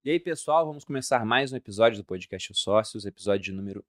E aí, pessoal, vamos começar mais um episódio do podcast Os Sócios, episódio número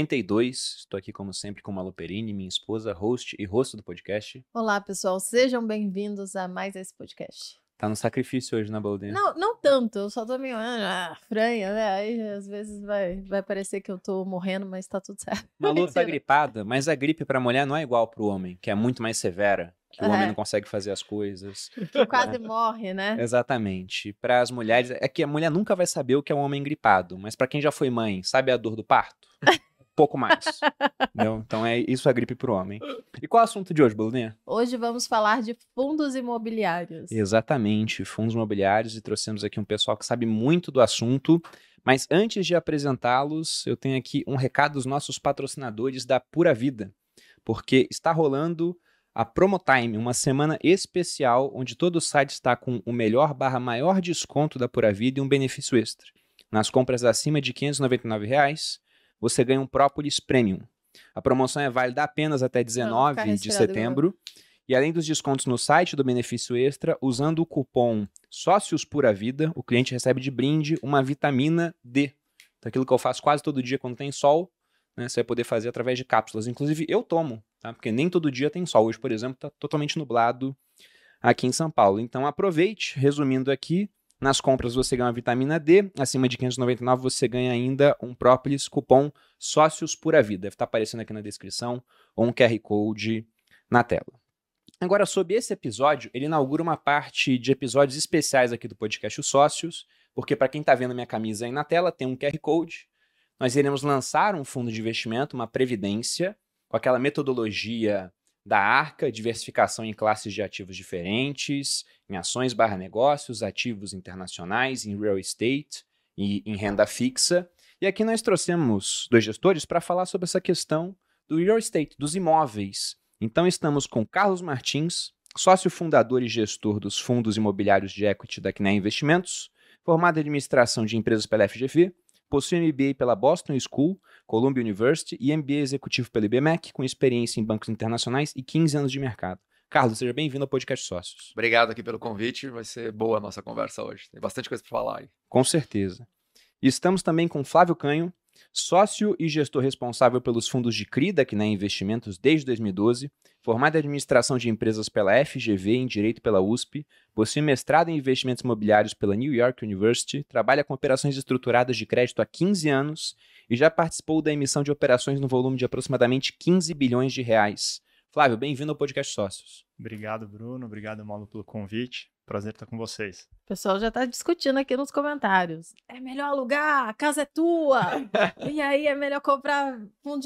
92. Estou aqui, como sempre, com Malu Perini, minha esposa, host e rosto do podcast. Olá, pessoal. Sejam bem-vindos a mais esse podcast. Tá no sacrifício hoje, né, Baldinha? Não tanto, eu só tô meio franha, né? Aí, às vezes, vai parecer que eu tô morrendo, mas tá tudo certo. Malu tá gripada, mas a gripe pra mulher não é igual pro homem, que é muito mais severa, que o homem não consegue fazer as coisas. Que quase morre, né? Exatamente. Para as mulheres, é que a mulher nunca vai saber o que é um homem gripado, mas para quem já foi mãe, sabe a dor do parto? Pouco mais. Entendeu? Então é isso a gripe pro homem. E qual é o assunto de hoje, Boludinha? Hoje vamos falar de fundos imobiliários. Exatamente, fundos imobiliários, e trouxemos aqui um pessoal que sabe muito do assunto. Mas antes de apresentá-los, eu tenho aqui um recado dos nossos patrocinadores da Pura Vida, porque está rolando a Promotime, uma semana especial onde todo o site está com o melhor/maior desconto da Pura Vida e um benefício extra. Nas compras acima de R$ 599, você ganha um Própolis Premium. A promoção é válida apenas até 19 de setembro. E além dos descontos no site do benefício extra, usando o cupom Sócios Pura Vida, o cliente recebe de brinde uma vitamina D. Então, aquilo que eu faço quase todo dia quando tem sol, né, você vai poder fazer através de cápsulas. Inclusive, eu tomo, tá? Porque nem todo dia tem sol. Hoje, por exemplo, está totalmente nublado aqui em São Paulo. Então, aproveite. Resumindo aqui, nas compras você ganha uma vitamina D. Acima de R$ 599 você ganha ainda um Própolis, cupom Sócios Pura Vida. Deve estar aparecendo aqui na descrição ou um QR Code na tela. Agora, sobre esse episódio, ele inaugura uma parte de episódios especiais aqui do podcast Os Sócios, porque para quem está vendo minha camisa aí na tela, tem um QR Code. Nós iremos lançar um fundo de investimento, uma previdência, com aquela metodologia da Arca, diversificação em classes de ativos diferentes, em ações/negócios, ativos internacionais, em real estate e em renda fixa. E aqui nós trouxemos dois gestores para falar sobre essa questão do real estate, dos imóveis. Então estamos com Carlos Martins, sócio fundador e gestor dos fundos imobiliários de equity da Kné Investimentos, formado em administração de empresas pela FGV, possui MBA pela Boston School, Columbia University e MBA executivo pela IBMEC, com experiência em bancos internacionais e 15 anos de mercado. Carlos, seja bem-vindo ao Podcast Sócios. Obrigado aqui pelo convite, vai ser boa a nossa conversa hoje. Tem bastante coisa para falar aí. Com certeza. E estamos também com Flávio Canho, sócio e gestor responsável pelos fundos de CRI da Kné Investimentos desde 2012, formado em administração de empresas pela FGV e em direito pela USP, possui mestrado em investimentos imobiliários pela New York University, trabalha com operações estruturadas de crédito há 15 anos e já participou da emissão de operações no volume de aproximadamente 15 bilhões de reais. Flávio, bem-vindo ao Podcast Sócios. Obrigado, Bruno. Obrigado, Malu, pelo convite. Prazer estar com vocês. O pessoal já está discutindo aqui nos comentários. É melhor alugar, a casa é tua. E aí é melhor comprar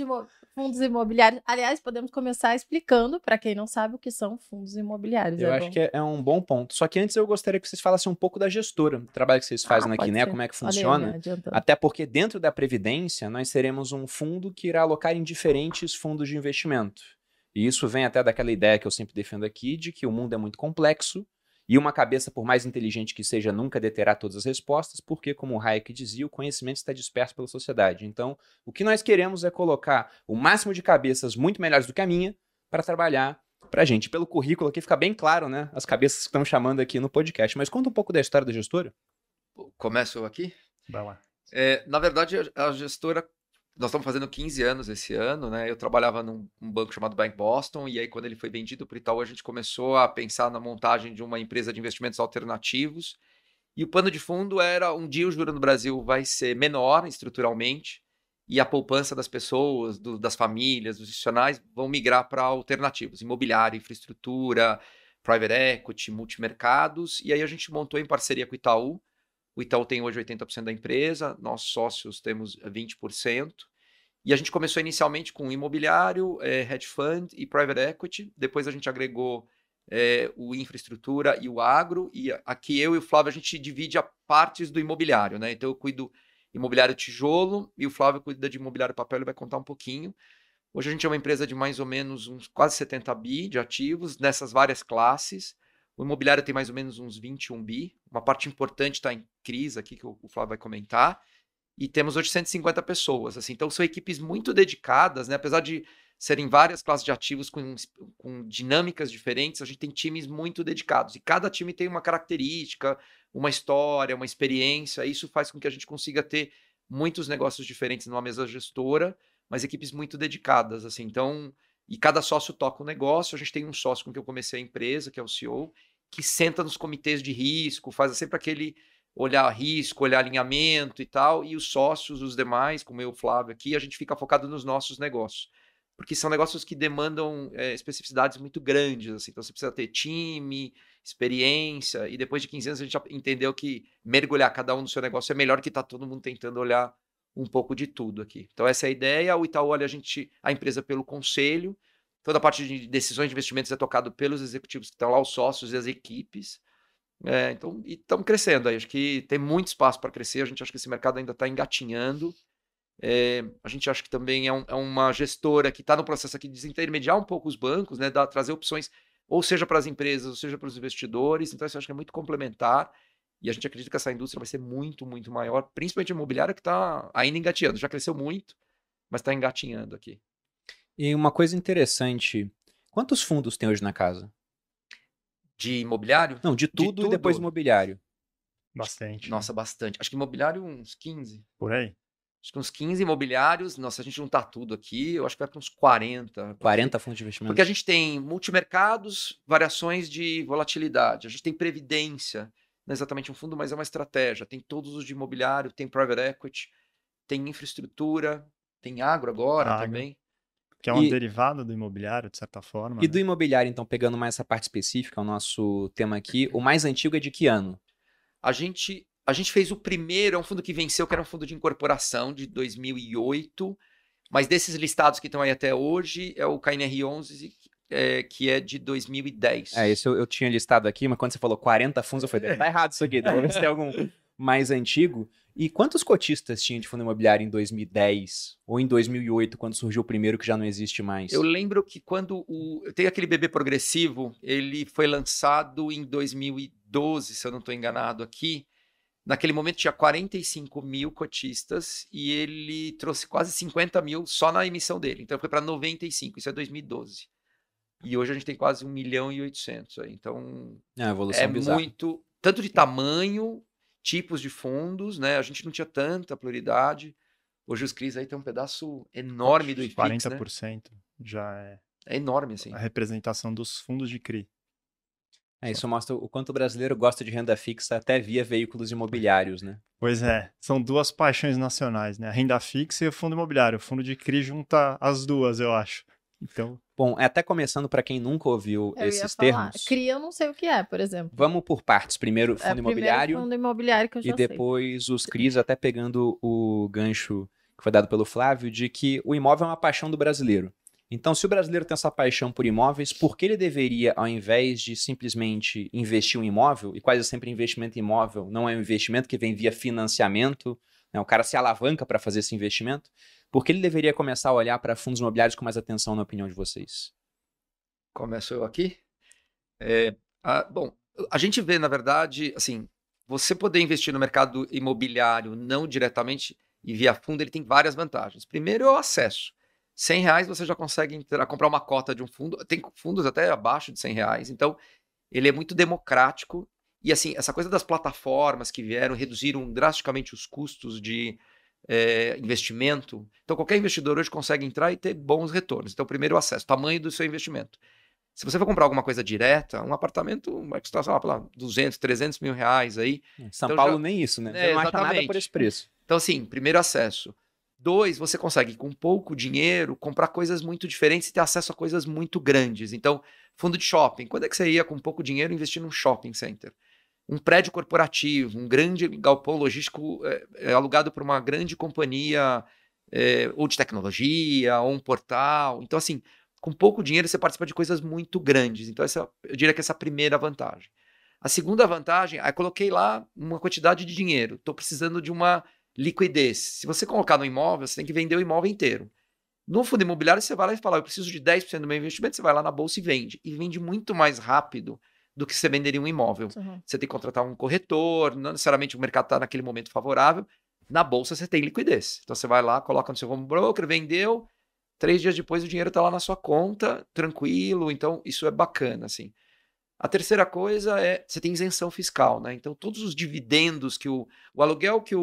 fundos imobiliários. Aliás, podemos começar explicando, para quem não sabe, o que são fundos imobiliários. Eu acho que é um bom ponto. Só que antes eu gostaria que vocês falassem um pouco da gestora, do trabalho que vocês fazem aqui, né? Como é que funciona. Até porque dentro da Previdência, nós teremos um fundo que irá alocar em diferentes fundos de investimento. E isso vem até daquela ideia que eu sempre defendo aqui, de que o mundo é muito complexo, e uma cabeça, por mais inteligente que seja, nunca deterá todas as respostas, porque, como o Hayek dizia, o conhecimento está disperso pela sociedade. Então, o que nós queremos é colocar o máximo de cabeças muito melhores do que a minha para trabalhar para a gente. Pelo currículo aqui fica bem claro, né? As cabeças que estão chamando aqui no podcast. Mas conta um pouco da história da gestora. Começo aqui? Vai lá. Na verdade, a gestora... Nós estamos fazendo 15 anos esse ano, né? Eu trabalhava num banco chamado Bank Boston, e aí quando ele foi vendido para o Itaú, a gente começou a pensar na montagem de uma empresa de investimentos alternativos. E o pano de fundo era, um dia o juro no Brasil vai ser menor estruturalmente, e a poupança das pessoas, das famílias, dos institucionais, vão migrar para alternativos, imobiliário, infraestrutura, private equity, multimercados. E aí a gente montou em parceria com o Itaú. O Itaú tem hoje 80% da empresa, nós sócios temos 20%. E a gente começou inicialmente com imobiliário, hedge fund e private equity. Depois a gente agregou o infraestrutura e o agro. E aqui eu e o Flávio, a gente divide a partes do imobiliário, né? Então eu cuido imobiliário tijolo e o Flávio cuida de imobiliário papel, ele vai contar um pouquinho. Hoje a gente é uma empresa de mais ou menos uns quase 70 bi de ativos nessas várias classes. O imobiliário tem mais ou menos uns 21 bi. Uma parte importante está em crise aqui, que o Flávio vai comentar. E temos hoje 150 pessoas. Assim, então, são equipes muito dedicadas, né? Apesar de serem várias classes de ativos com dinâmicas diferentes, a gente tem times muito dedicados. E cada time tem uma característica, uma história, uma experiência. Isso faz com que a gente consiga ter muitos negócios diferentes numa mesa gestora, mas equipes muito dedicadas, assim. Então, e cada sócio toca um negócio. A gente tem um sócio com quem eu comecei a empresa, que é o CEO, que senta nos comitês de risco, faz sempre aquele olhar risco, olhar alinhamento e tal, e os sócios, os demais, como eu, Flávio, aqui, a gente fica focado nos nossos negócios. Porque são negócios que demandam especificidades muito grandes, assim. Então você precisa ter time, experiência, e depois de 15 anos a gente já entendeu que mergulhar cada um no seu negócio é melhor que tá todo mundo tentando olhar um pouco de tudo aqui. Então essa é a ideia. O Itaú olha a empresa pelo conselho, toda a parte de decisões de investimentos é tocado pelos executivos que estão lá, os sócios e as equipes. Então, e estamos crescendo aí. Acho que tem muito espaço para crescer. A gente acha que esse mercado ainda está engatinhando. A gente acha que também é uma gestora que está no processo aqui de desintermediar um pouco os bancos, né, trazer opções, ou seja para as empresas, ou seja para os investidores. Então, isso eu acho que é muito complementar. E a gente acredita que essa indústria vai ser muito, muito maior, principalmente a imobiliária, que está ainda engatinhando. Já cresceu muito, mas está engatinhando aqui. E uma coisa interessante, quantos fundos tem hoje na casa? De imobiliário? Não, de tudo e depois imobiliário. Bastante. Nossa, bastante. Acho que imobiliário uns 15. Por aí? Acho que uns 15 imobiliários. Nossa, a gente juntar tudo aqui, eu acho que vai para uns 40. 40 fundos de investimento. Porque a gente tem multimercados, variações de volatilidade. A gente tem previdência, não é exatamente um fundo, mas é uma estratégia. Tem todos os de imobiliário, tem private equity, tem infraestrutura, tem agro agora também. Que é um derivado do imobiliário, de certa forma. E do imobiliário, então, pegando mais essa parte específica, o nosso tema aqui, o mais antigo é de que ano? A gente fez o primeiro, é um fundo que venceu, que era um fundo de incorporação de 2008, mas desses listados que estão aí até hoje, é o KNR11, que é de 2010. Esse eu tinha listado aqui, mas quando você falou 40 fundos, eu falei, tá errado isso aqui, talvez tenha algum mais antigo. E quantos cotistas tinha de fundo imobiliário em 2010 ou em 2008, quando surgiu o primeiro que já não existe mais? Eu lembro que quando tem aquele BB progressivo, ele foi lançado em 2012, se eu não estou enganado aqui. Naquele momento tinha 45 mil cotistas e ele trouxe quase 50 mil só na emissão dele. Então foi para 95, isso é 2012. E hoje a gente tem quase 1.800.000 aí. Então a evolução bizarra. Muito, tanto de tamanho, tipos de fundos, né? A gente não tinha tanta pluralidade. Hoje os CRIs aí tem um pedaço enorme do IFIX, 40%, né? Já é enorme, assim. A representação dos fundos de CRI. Isso mostra o quanto o brasileiro gosta de renda fixa até via veículos imobiliários, né? Pois é, são duas paixões nacionais, né? A renda fixa e o fundo imobiliário. O fundo de CRI junta as duas, eu acho. Então... Bom, até começando para quem nunca ouviu esses termos. CRI eu não sei o que é, por exemplo. Vamos por partes. Primeiro fundo imobiliário. Fundo imobiliário que eu já sei. E depois os CRIs, até pegando o gancho que foi dado pelo Flávio, de que o imóvel é uma paixão do brasileiro. Então, se o brasileiro tem essa paixão por imóveis, por que ele deveria, ao invés de simplesmente investir um imóvel, e quase sempre investimento em imóvel não é um investimento que vem via financiamento, né? O cara se alavanca para fazer esse investimento, por que ele deveria começar a olhar para fundos imobiliários com mais atenção, na opinião de vocês? Começo eu aqui? Bom, a gente vê, na verdade, assim, você poder investir no mercado imobiliário não diretamente e via fundo, ele tem várias vantagens. Primeiro é o acesso. R$100 você já consegue comprar uma cota de um fundo. Tem fundos até abaixo de R$100. Então, ele é muito democrático. E, assim, essa coisa das plataformas que vieram, reduziram drasticamente os custos de investimento. Então, qualquer investidor hoje consegue entrar e ter bons retornos. Então, primeiro o acesso, tamanho do seu investimento. Se você for comprar alguma coisa direta, um apartamento vai custar, sei lá, 200, 300 mil reais aí. São Paulo nem isso, né? Você não acha nada por esse preço. Então, assim, primeiro acesso. 2, você consegue, com pouco dinheiro, comprar coisas muito diferentes e ter acesso a coisas muito grandes. Então, fundo de shopping. Quando é que você ia, com pouco dinheiro, investir num shopping center? Um prédio corporativo, um grande galpão logístico alugado por uma grande companhia ou de tecnologia, ou um portal. Então, assim, com pouco dinheiro, você participa de coisas muito grandes. Então, eu diria que essa é a primeira vantagem. A segunda vantagem, aí coloquei lá uma quantidade de dinheiro. Estou precisando de uma liquidez. Se você colocar no imóvel, você tem que vender o imóvel inteiro. No fundo imobiliário, você vai lá e fala, eu preciso de 10% do meu investimento, você vai lá na bolsa e vende. E vende muito mais rápido do que você venderia um imóvel. Uhum. Você tem que contratar um corretor, não necessariamente o mercado está naquele momento favorável. Na bolsa, você tem liquidez. Então, você vai lá, coloca no seu home broker, vendeu, 3 dias depois o dinheiro está lá na sua conta, tranquilo, então isso é bacana, assim. A terceira coisa é, você tem isenção fiscal, né? Então, todos os dividendos que o aluguel que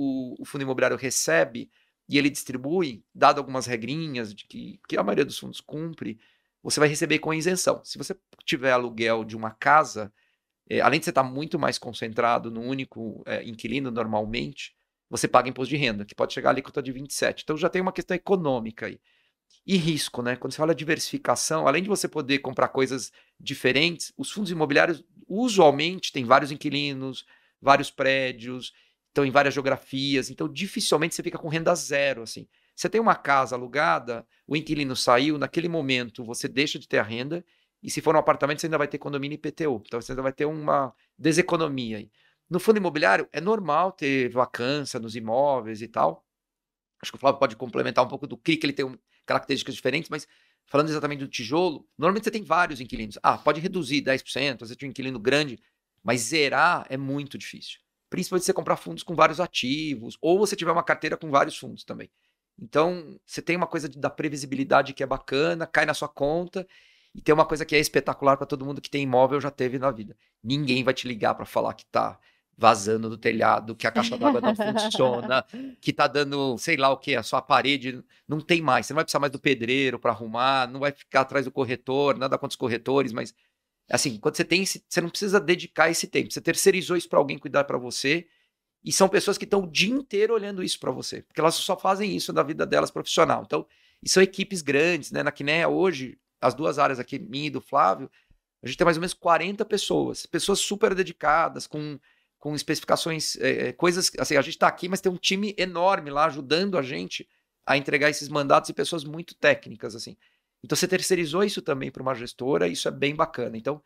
o fundo imobiliário recebe e ele distribui, dado algumas regrinhas de que a maioria dos fundos cumpre, você vai receber com isenção. Se você tiver aluguel de uma casa, além de você estar muito mais concentrado no único inquilino normalmente, você paga imposto de renda, que pode chegar à alíquota de 27%. Então, já tem uma questão econômica aí. E risco, né? Quando você fala diversificação, além de você poder comprar coisas diferentes, os fundos imobiliários usualmente têm vários inquilinos, vários prédios, estão em várias geografias, então dificilmente você fica com renda zero, assim. Você tem uma casa alugada, o inquilino saiu, naquele momento você deixa de ter a renda, e se for um apartamento você ainda vai ter condomínio e IPTU, então você ainda vai ter uma deseconomia aí. No fundo imobiliário é normal ter vacância nos imóveis e tal. Acho que o Flávio pode complementar um pouco do CRI, que ele tem características diferentes, mas falando exatamente do tijolo, normalmente você tem vários inquilinos. Pode reduzir 10%, você tem um inquilino grande, mas zerar é muito difícil. Principalmente se você comprar fundos com vários ativos, ou você tiver uma carteira com vários fundos também. Então, você tem uma coisa da previsibilidade que é bacana, cai na sua conta, e tem uma coisa que é espetacular para todo mundo que tem imóvel já teve na vida. Ninguém vai te ligar para falar que tá vazando do telhado, que a caixa d'água não funciona, que tá dando, sei lá o que, a sua parede não tem mais. Você não vai precisar mais do pedreiro para arrumar, não vai ficar atrás do corretor, nada contra os corretores, mas assim, quando você tem, você não precisa dedicar esse tempo. Você terceirizou isso para alguém cuidar para você, e são pessoas que estão o dia inteiro olhando isso para você, porque elas só fazem isso na vida delas profissional. Então, e são equipes grandes, né? Na Kinea hoje, as duas áreas aqui, minha e do Flávio, a gente tem mais ou menos 40 pessoas super dedicadas, com especificações, coisas, assim, a gente está aqui, mas tem um time enorme lá ajudando a gente a entregar esses mandatos e pessoas muito técnicas, assim. Então você terceirizou isso também para uma gestora, e isso é bem bacana. Então,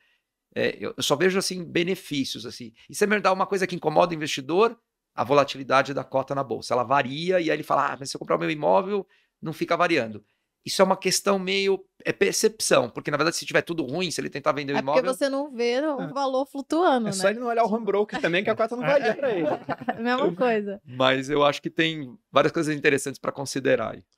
eu só vejo, assim, benefícios, assim. E se é verdade, uma coisa que incomoda o investidor, a volatilidade da cota na bolsa. Ela varia e aí ele fala, mas se eu comprar o meu imóvel, não fica variando. Isso é uma questão meio percepção, porque na verdade se tiver tudo ruim, se ele tentar vender o imóvel... porque você não vê o valor flutuando, né? Só ele não olhar o home broker também, que a cota não valia para ele. Mesma coisa. Mas eu acho que tem várias coisas interessantes para considerar aí.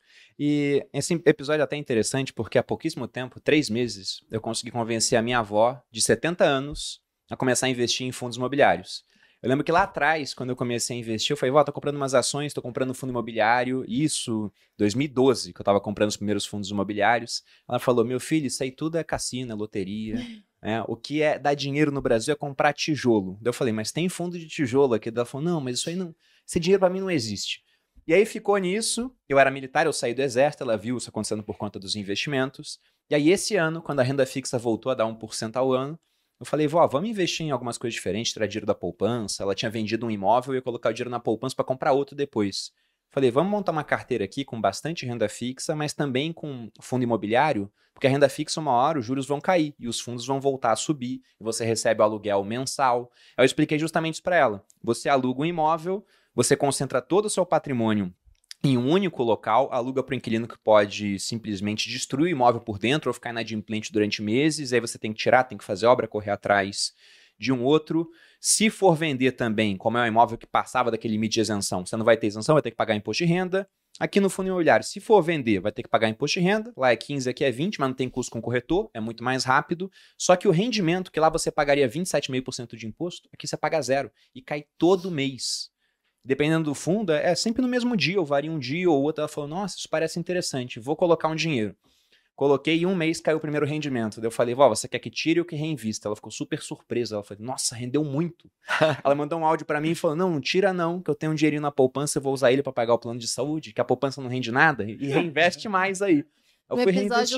E esse episódio é até interessante porque há pouquíssimo tempo, 3 meses, eu consegui convencer a minha avó, de 70 anos, a começar a investir em fundos imobiliários. Eu lembro que lá atrás, quando eu comecei a investir, eu falei, vó, tô comprando umas ações, tô comprando um fundo imobiliário, isso, 2012, que eu tava comprando os primeiros fundos imobiliários. Ela falou, meu filho, isso aí tudo é cassino, é loteria, o que é dar dinheiro no Brasil é comprar tijolo. Daí eu falei, mas tem fundo de tijolo aqui? Ela falou, não, mas isso aí não, esse dinheiro pra mim não existe. E aí ficou nisso, eu era militar, eu saí do exército, ela viu isso acontecendo por conta dos investimentos. E aí esse ano, quando a renda fixa voltou a dar 1% ao ano, eu falei, vó, vamos investir em algumas coisas diferentes, tirar dinheiro da poupança. Ela tinha vendido um imóvel e eu ia colocar o dinheiro na poupança para comprar outro depois. Falei, vamos montar uma carteira aqui com bastante renda fixa, mas também com fundo imobiliário, porque a renda fixa, uma hora, os juros vão cair e os fundos vão voltar a subir e você recebe o aluguel mensal. Eu expliquei justamente isso para ela. Você aluga um imóvel, você concentra todo o seu patrimônio em um único local, aluga para o inquilino que pode simplesmente destruir o imóvel por dentro ou ficar inadimplente durante meses, aí você tem que tirar, tem que fazer obra, correr atrás de um outro. Se for vender também, como é um imóvel que passava daquele limite de isenção, você não vai ter isenção, vai ter que pagar imposto de renda. Aqui no fundo imobiliário, se for vender, vai ter que pagar imposto de renda, lá é 15, aqui é 20, mas não tem custo com corretor, é muito mais rápido. Só que o rendimento, que lá você pagaria 27,5% de imposto, aqui você paga 0 e cai todo mês. Dependendo do fundo, é sempre no mesmo dia, ou varia um dia ou outro. Ela falou, nossa, isso parece interessante, vou colocar um dinheiro. Coloquei e 1 mês caiu o primeiro rendimento. Daí eu falei, vó, você quer que tire ou que reinvista? Ela ficou super surpresa. Ela falou, nossa, rendeu muito. Ela mandou um áudio pra mim e falou, não tira não, que eu tenho um dinheirinho na poupança, eu vou usar ele pra pagar o plano de saúde, que a poupança não rende nada, e reinveste mais aí. Eu No fui episódio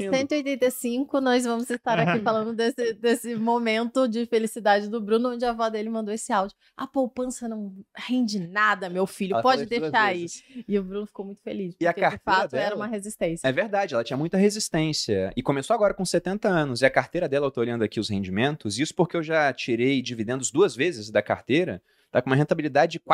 185, nós vamos estar aqui falando desse momento de felicidade do Bruno, onde a avó dele mandou esse áudio. A poupança não rende nada, meu filho, Ela pode falou deixar aí. vezes. E o Bruno ficou muito feliz, E a porque de carteira fato era dela? uma resistência. É verdade, ela tinha muita resistência. E começou agora com 70 anos. E a carteira dela, eu tô olhando aqui os rendimentos, isso porque eu já tirei dividendos 2 vezes da carteira, tá com uma rentabilidade de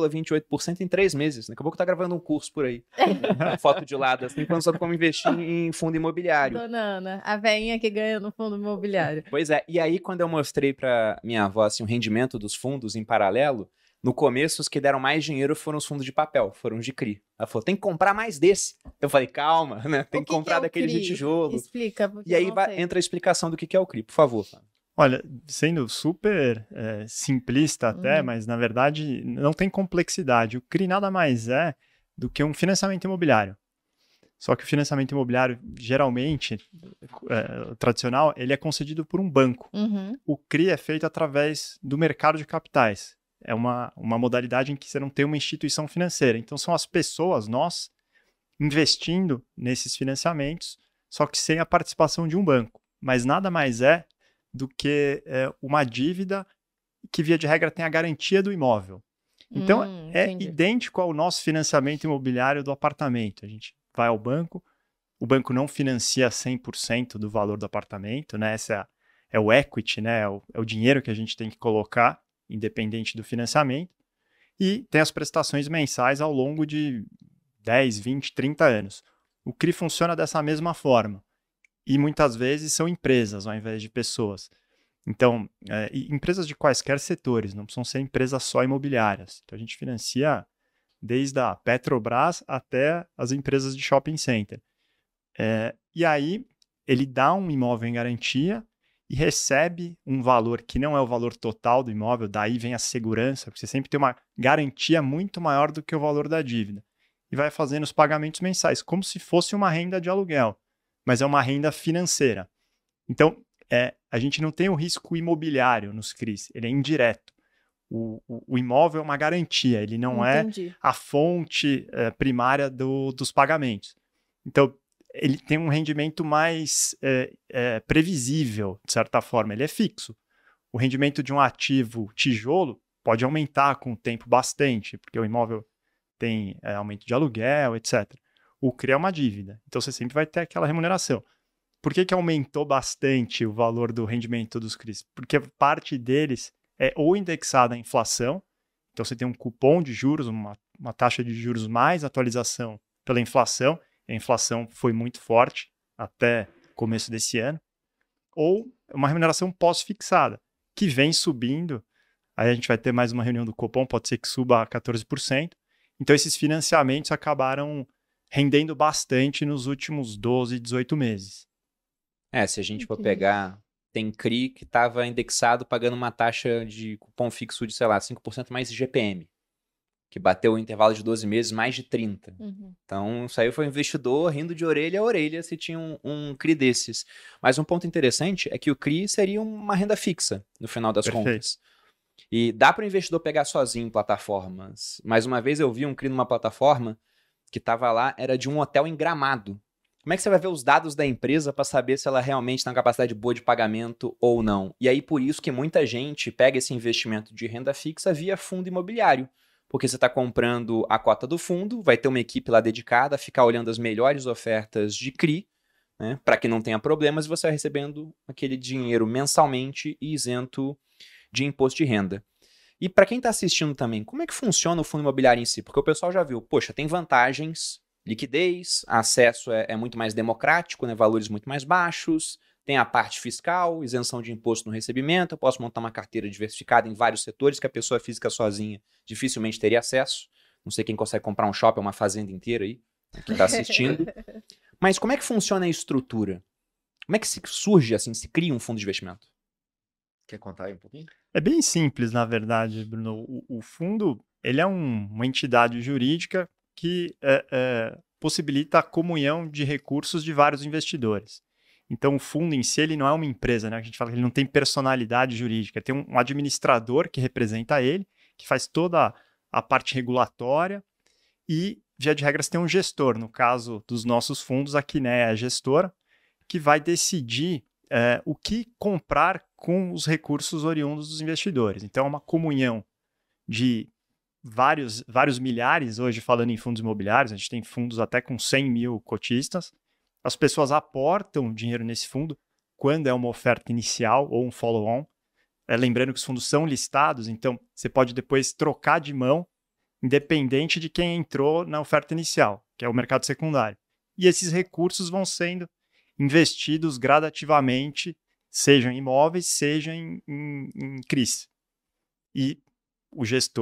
4,28% em 3 meses. Daqui a pouco tá gravando um curso por aí. Foto de lado, assim, falando sobre como investir em fundo imobiliário. Dona Ana, a veinha que ganha no fundo imobiliário. Pois é, e aí quando eu mostrei pra minha avó assim, o rendimento dos fundos em paralelo, No começo, os que deram mais dinheiro foram os fundos de papel, foram os de CRI. Ela falou, tem que comprar mais desse. Eu falei, calma, né? Tem que comprar é o daqueles de CRI? tijolo. Explica, porque E aí eu não sei. entra a explicação do que é o CRI, por favor. Olha, sendo super simplista até, Uhum. mas na verdade não tem complexidade. O CRI nada mais é do que um financiamento imobiliário. Só que o financiamento imobiliário, geralmente, tradicional, ele é concedido por um banco. Uhum. O CRI é feito através do mercado de capitais. É uma modalidade em que você não tem uma instituição financeira. Então, são as pessoas, nós, investindo nesses financiamentos, só que sem a participação de um banco. Mas nada mais é do que uma dívida que, via de regra, tem a garantia do imóvel. Então, é Entendi. idêntico ao nosso financiamento imobiliário do apartamento. A gente vai ao banco, o banco não financia 100% do valor do apartamento, né? Esse é o equity, né? É o dinheiro que a gente tem que colocar, independente do financiamento, e tem as prestações mensais ao longo de 10, 20, 30 anos. O CRI funciona dessa mesma forma, e muitas vezes são empresas ao invés de pessoas. Então, empresas de quaisquer setores, não precisam ser empresas só imobiliárias. Então, a gente financia desde a Petrobras até as empresas de shopping center. E aí, ele dá um imóvel em garantia e recebe um valor que não é o valor total do imóvel, daí vem a segurança, porque você sempre tem uma garantia muito maior do que o valor da dívida. E vai fazendo os pagamentos mensais, como se fosse uma renda de aluguel, mas é uma renda financeira. Então, a gente não tem o risco imobiliário nos CRIs, ele é indireto. O imóvel é uma garantia, ele não Entendi. é a fonte primária dos pagamentos. Então, ele tem um rendimento mais previsível, de certa forma, ele é fixo. O rendimento de um ativo tijolo pode aumentar com o tempo bastante, porque o imóvel tem aumento de aluguel, etc. O CRI é uma dívida, então você sempre vai ter aquela remuneração. Por que aumentou bastante o valor do rendimento dos CRIs? Porque parte deles é ou indexada à inflação, então você tem um cupom de juros, uma taxa de juros mais atualização pela inflação, e a inflação foi muito forte até começo desse ano, ou uma remuneração pós-fixada, que vem subindo, aí a gente vai ter mais uma reunião do Copom, pode ser que suba a 14%, então esses financiamentos acabaram rendendo bastante nos últimos 12, 18 meses. Se a gente for pegar, tem CRI que estava indexado pagando uma taxa de cupom fixo de, sei lá, 5% mais IGPM, que bateu o intervalo de 12 meses mais de 30%. Uhum. Então, isso aí foi um investidor rindo de orelha a orelha se tinha um CRI desses. Mas um ponto interessante é que o CRI seria uma renda fixa, no final das contas. E dá para o investidor pegar sozinho em plataformas. Mais uma vez eu vi um CRI numa plataforma que estava lá, era de um hotel em Gramado. Como é que você vai ver os dados da empresa para saber se ela realmente tem uma capacidade boa de pagamento ou não? E aí, por isso que muita gente pega esse investimento de renda fixa via fundo imobiliário. Porque você está comprando a cota do fundo, vai ter uma equipe lá dedicada a ficar olhando as melhores ofertas de CRI, né, para que não tenha problemas, e você vai recebendo aquele dinheiro mensalmente e isento de imposto de renda. E para quem está assistindo também, como é que funciona o fundo imobiliário em si? Porque o pessoal já viu, poxa, tem vantagens, liquidez, acesso é muito mais democrático, né, valores muito mais baixos, tem a parte fiscal, isenção de imposto no recebimento, eu posso montar uma carteira diversificada em vários setores que a pessoa física sozinha dificilmente teria acesso. Não sei quem consegue comprar um shopping, uma fazenda inteira aí, né, que está assistindo. Mas como é que funciona a estrutura? Como é que surge, assim, se cria um fundo de investimento? Quer contar aí um pouquinho? É bem simples, na verdade, Bruno. O fundo, ele é uma entidade jurídica que possibilita a comunhão de recursos de vários investidores. Então, o fundo em si, ele não é uma empresa, né? A gente fala que ele não tem personalidade jurídica. Tem um administrador que representa ele, que faz toda a parte regulatória e, via de regra, tem um gestor. No caso dos nossos fundos, a Quiné é a gestora, que vai decidir o que comprar com os recursos oriundos dos investidores. Então, é uma comunhão de vários milhares, hoje falando em fundos imobiliários, a gente tem fundos até com 100 mil cotistas. As pessoas aportam dinheiro nesse fundo quando é uma oferta inicial ou um follow-on. Lembrando que os fundos são listados, então você pode depois trocar de mão, independente de quem entrou na oferta inicial, que é o mercado secundário. E esses recursos vão sendo investidos gradativamente, seja em imóveis, seja em CRIs. E o gestor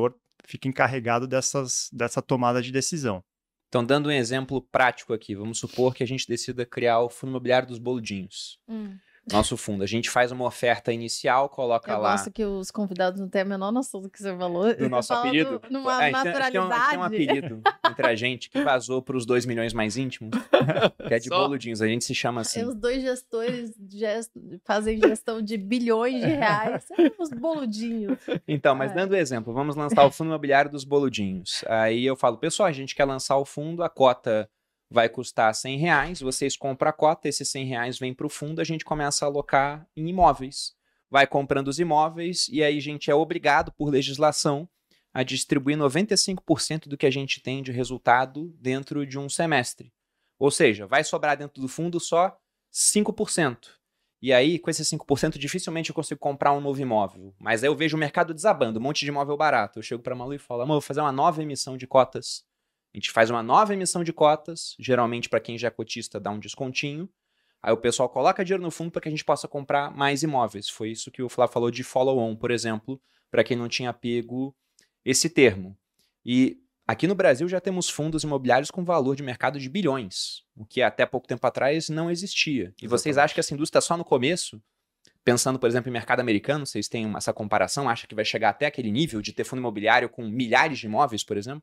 fica encarregado dessa tomada de decisão. Então, dando um exemplo prático aqui, vamos supor que a gente decida criar o fundo imobiliário dos boludinhos. Nosso fundo. A gente faz uma oferta inicial, coloca lá... Eu gosto que os convidados não têm a menor noção do que você falou. Do nosso apelido? Numa naturalidade. Tem um apelido entre a gente que vazou para os 2 milhões mais íntimos, que é de boludinhos. A gente se chama assim. Os 2 gestores fazem gestão de bilhões de reais. Os boludinhos. Então, mas dando exemplo, vamos lançar o fundo imobiliário dos boludinhos. Aí eu falo, pessoal, a gente quer lançar o fundo, a cota vai custar R$100, vocês compram a cota, esses R$100 vem para o fundo, a gente começa a alocar em imóveis. Vai comprando os imóveis e aí a gente é obrigado, por legislação, a distribuir 95% do que a gente tem de resultado dentro de um semestre. Ou seja, vai sobrar dentro do fundo só 5%. E aí, com esses 5%, dificilmente eu consigo comprar um novo imóvel. Mas aí eu vejo o mercado desabando, um monte de imóvel barato. Eu chego para a Malu e falo, amor, vou fazer uma nova emissão de cotas. A gente faz uma nova emissão de cotas, geralmente para quem já é cotista dá um descontinho. Aí o pessoal coloca dinheiro no fundo para que a gente possa comprar mais imóveis. Foi isso que o Flávio falou de follow-on, por exemplo, para quem não tinha pego esse termo. E aqui no Brasil já temos fundos imobiliários com valor de mercado de bilhões, o que até pouco tempo atrás não existia. E vocês acham que essa indústria está só no começo? Pensando, por exemplo, em mercado americano, vocês têm essa comparação? Acham que vai chegar até aquele nível de ter fundo imobiliário com milhares de imóveis, por exemplo?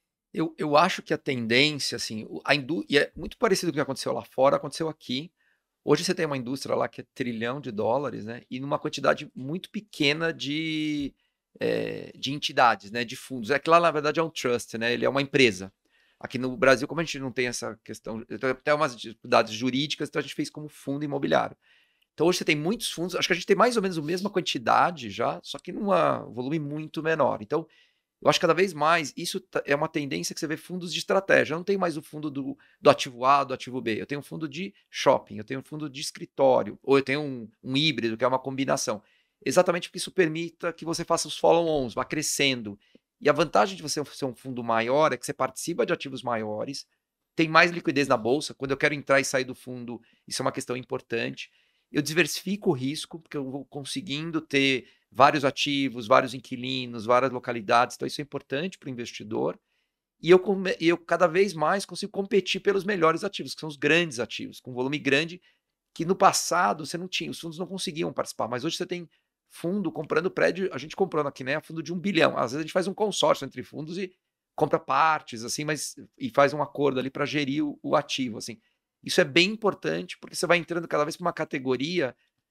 Eu acho que a tendência, assim, e é muito parecido com o que aconteceu lá fora, aconteceu aqui. Hoje você tem uma indústria lá que é $1 trilhão, né? E numa quantidade muito pequena de entidades, né? De fundos. É que lá, na verdade, é um trust, né? Ele é uma empresa. Aqui no Brasil, como a gente não tem essa questão, tem até umas dificuldades jurídicas, então a gente fez como fundo imobiliário. Então hoje você tem muitos fundos, acho que a gente tem mais ou menos a mesma quantidade já, só que num volume muito menor. Então, eu acho que cada vez mais isso é uma tendência que você vê fundos de estratégia. Eu não tenho mais o fundo do ativo A, do ativo B. Eu tenho um fundo de shopping, eu tenho um fundo de escritório, ou eu tenho um híbrido, que é uma combinação. Exatamente porque isso permita que você faça os follow-ons, vá crescendo. E a vantagem de você ser um fundo maior é que você participa de ativos maiores, tem mais liquidez na bolsa. Quando eu quero entrar e sair do fundo, isso é uma questão importante. Eu diversifico o risco, porque eu vou conseguindo ter vários ativos, vários inquilinos, várias localidades, então isso é importante para o investidor. E eu cada vez mais consigo competir pelos melhores ativos, que são os grandes ativos, com volume grande, que no passado você não tinha, os fundos não conseguiam participar, mas hoje você tem fundo comprando prédio, a gente comprou aqui, né, fundo de $1 bilhão. Às vezes a gente faz um consórcio entre fundos e compra partes, assim, e faz um acordo ali para gerir o ativo, assim. Isso é bem importante, porque você vai entrando cada vez para uma categoria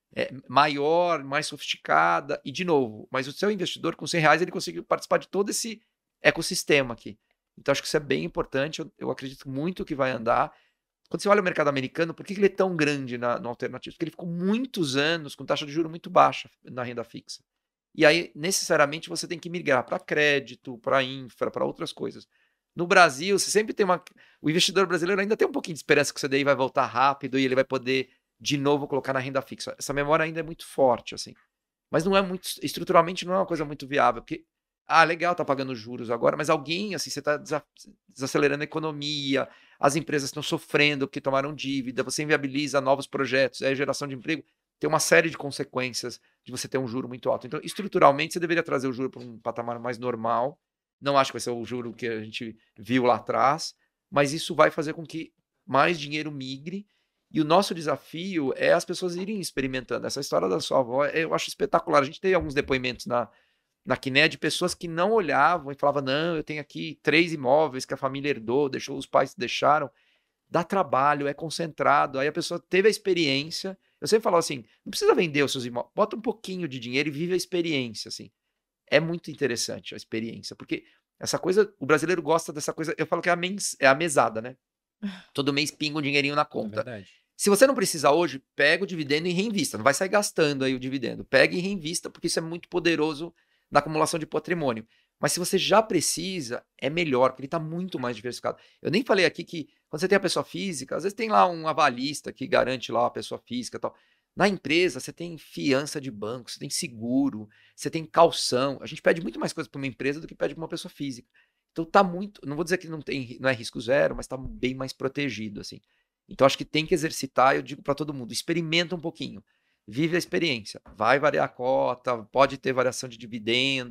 maior, mais sofisticada, e de novo, mas o seu investidor com R$100 ele consegue participar de todo esse ecossistema aqui. Então acho que isso é bem importante, eu acredito muito que vai andar. Quando você olha o mercado americano, por que ele é tão grande no alternativo? Porque ele ficou muitos anos com taxa de juros muito baixa na renda fixa. E aí, necessariamente, você tem que migrar para crédito, para infra, para outras coisas. No Brasil, você sempre tem o investidor brasileiro ainda tem um pouquinho de esperança que o CDI vai voltar rápido e ele vai poder de novo colocar na renda fixa. Essa memória ainda é muito forte, assim. Mas não é muito, estruturalmente não é uma coisa muito viável, porque, legal, tá pagando juros agora, mas alguém, assim, você tá desacelerando a economia, as empresas estão sofrendo porque tomaram dívida, você inviabiliza novos projetos, a geração de emprego, tem uma série de consequências de você ter um juro muito alto. Então, estruturalmente, você deveria trazer o juro para um patamar mais normal. Não acho que vai ser o juro que a gente viu lá atrás, mas isso vai fazer com que mais dinheiro migre. E o nosso desafio é as pessoas irem experimentando. Essa história da sua avó, eu acho espetacular. A gente teve alguns depoimentos na Quiné de pessoas que não olhavam e falavam, não, eu tenho aqui 3 imóveis que a família herdou, os pais deixaram. Dá trabalho, é concentrado. Aí a pessoa teve a experiência. Eu sempre falo assim, não precisa vender os seus imóveis, bota um pouquinho de dinheiro e vive a experiência, assim. É muito interessante a experiência, porque essa coisa, o brasileiro gosta dessa coisa, eu falo que é a mesada, né? Todo mês pinga um dinheirinho na conta. É verdade. Se você não precisa hoje, pega o dividendo e reinvista. Não vai sair gastando aí o dividendo. Pega e reinvista, porque isso é muito poderoso na acumulação de patrimônio. Mas se você já precisa, é melhor, porque ele está muito mais diversificado. Eu nem falei aqui que quando você tem a pessoa física, às vezes tem lá um avalista que garante lá a pessoa física e tal. Na empresa, você tem fiança de banco, você tem seguro, você tem calção. A gente pede muito mais coisa para uma empresa do que pede para uma pessoa física. Então tá muito, não vou dizer que não é risco zero, mas está bem mais protegido, assim. Então acho que tem que exercitar, eu digo para todo mundo, experimenta um pouquinho, vive a experiência. Vai variar a cota, pode ter variação de dividendos,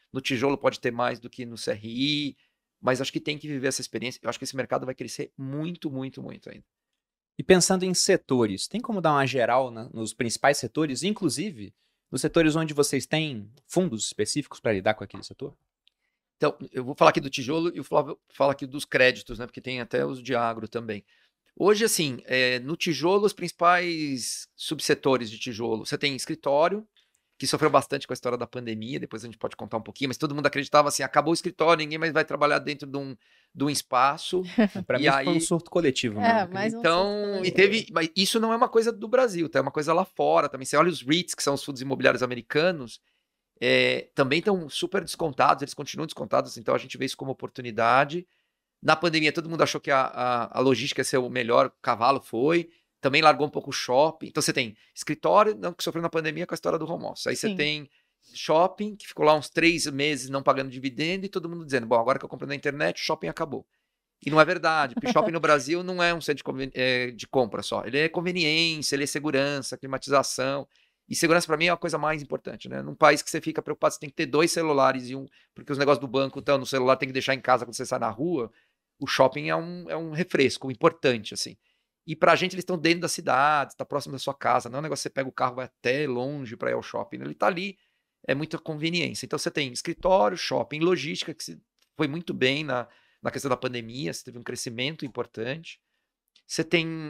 No tijolo pode ter mais do que no CRI, mas acho que tem que viver essa experiência. Eu acho que esse mercado vai crescer muito, muito, muito ainda. E pensando em setores, tem como dar uma geral nos principais setores, inclusive nos setores onde vocês têm fundos específicos para lidar com aquele setor? Então, eu vou falar aqui do tijolo e o Flávio fala aqui dos créditos, né? Porque tem até os de agro também. Hoje, assim, no tijolo, os principais subsetores de tijolo, você tem escritório, que sofreu bastante com a história da pandemia, depois a gente pode contar um pouquinho, mas todo mundo acreditava assim, acabou o escritório, ninguém mais vai trabalhar dentro de um espaço. Para mim isso foi um surto coletivo mesmo. Mais um Então, surto mas isso não é uma coisa do Brasil, tá? É uma coisa lá fora também. Você olha os REITs, que são os fundos imobiliários americanos, também estão super descontados, eles continuam descontados, então a gente vê isso como oportunidade. Na pandemia, todo mundo achou que a logística ia ser o melhor cavalo, foi. Também largou um pouco o shopping. Então você tem escritório, não, que sofreu na pandemia com a história do home office. Aí você tem shopping, que ficou lá uns 3 meses não pagando dividendo e todo mundo dizendo, bom, agora que eu comprei na internet, o shopping acabou. E não é verdade, porque shopping no Brasil não é um centro de compra só. Ele é conveniência, ele é segurança, climatização. E segurança para mim é a coisa mais importante, né? Num país que você fica preocupado, você tem que ter 2 celulares e porque os negócios do banco estão no celular, tem que deixar em casa quando você sai na rua. O shopping é um refresco importante, assim. E pra gente, eles estão dentro da cidade, está próximo da sua casa. Não é um negócio que você pega o carro, vai até longe para ir ao shopping. Ele está ali, é muita conveniência. Então, você tem escritório, shopping, logística, que foi muito bem na questão da pandemia, você teve um crescimento importante. Você tem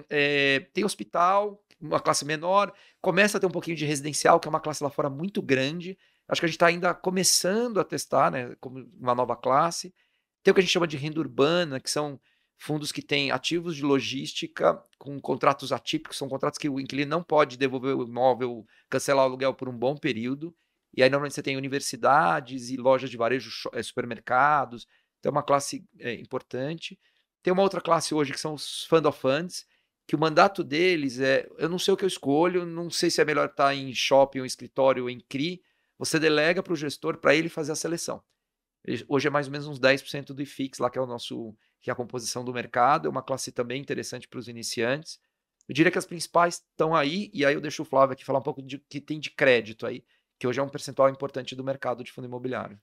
hospital, uma classe menor. Começa a ter um pouquinho de residencial, que é uma classe lá fora muito grande. Acho que a gente está ainda começando a testar, né, como uma nova classe. Tem o que a gente chama de renda urbana, que são fundos que têm ativos de logística com contratos atípicos, são contratos que o inquilino não pode devolver o imóvel, cancelar o aluguel por um bom período. E aí, normalmente, você tem universidades e lojas de varejo, supermercados. Então, é uma classe importante. Tem uma outra classe hoje que são os Fund of Funds, que o mandato deles eu não sei o que eu escolho, não sei se é melhor estar em shopping, ou em escritório, ou em CRI. Você delega para o gestor para ele fazer a seleção. Hoje é mais ou menos uns 10% do IFIX, lá que é a composição do mercado, é uma classe também interessante para os iniciantes. Eu diria que as principais estão aí, e aí eu deixo o Flávio aqui falar um pouco de que tem de crédito aí, que hoje é um percentual importante do mercado de fundo imobiliário.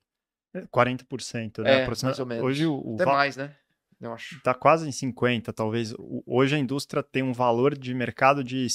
40%, né? Mais ou menos. Hoje até mais, né? Eu acho. Está quase em 50%, talvez. Hoje a indústria tem um valor de mercado de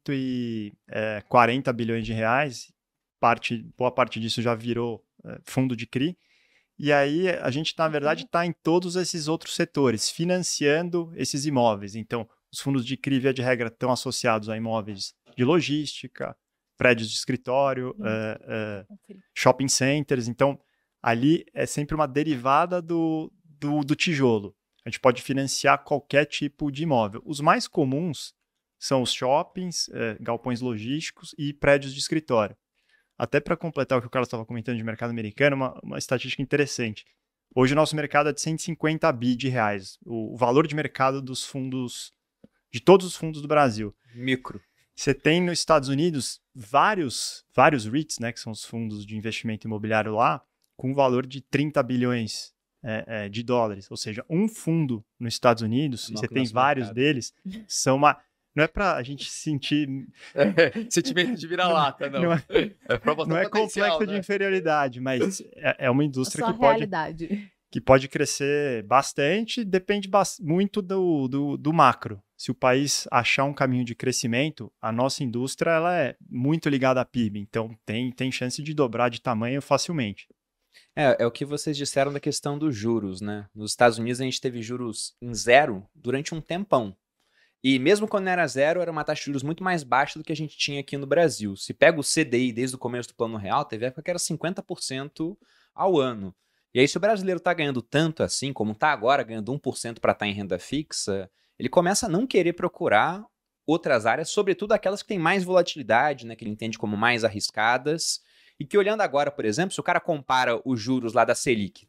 140 bilhões de reais. Boa parte disso já virou fundo de CRI. E aí a gente, na verdade, está em todos esses outros setores, financiando esses imóveis. Então, os fundos de CRI, via de regra, estão associados a imóveis de logística, prédios de escritório, shopping centers. Então, ali é sempre uma derivada do tijolo. A gente pode financiar qualquer tipo de imóvel. Os mais comuns são os shoppings, galpões logísticos e prédios de escritório. Até para completar o que o Carlos estava comentando de mercado americano, uma estatística interessante. Hoje o nosso mercado é de 150 bi de reais. O valor de mercado dos fundos, de todos os fundos do Brasil. Micro. Você tem nos Estados Unidos vários REITs, né, que são os fundos de investimento imobiliário lá, com um valor de 30 bilhões de dólares. Ou seja, um fundo nos Estados Unidos, e você tem vários deles, são uma... Não é pra a gente sentir... sentimento de vira-lata, não. Não é complexo de inferioridade, mas é uma indústria que pode crescer bastante, depende muito do macro. Se o país achar um caminho de crescimento, a nossa indústria ela é muito ligada à PIB, então tem chance de dobrar de tamanho facilmente. É o que vocês disseram da questão dos juros, né? Nos Estados Unidos a gente teve juros em zero durante um tempão. E mesmo quando era zero, era uma taxa de juros muito mais baixa do que a gente tinha aqui no Brasil. Se pega o CDI desde o começo do Plano Real, teve época que era 50% ao ano. E aí, se o brasileiro está ganhando tanto assim, como está agora, ganhando 1% para estar em renda fixa, ele começa a não querer procurar outras áreas, sobretudo aquelas que têm mais volatilidade, né, que ele entende como mais arriscadas. E que olhando agora, por exemplo, se o cara compara os juros lá da Selic,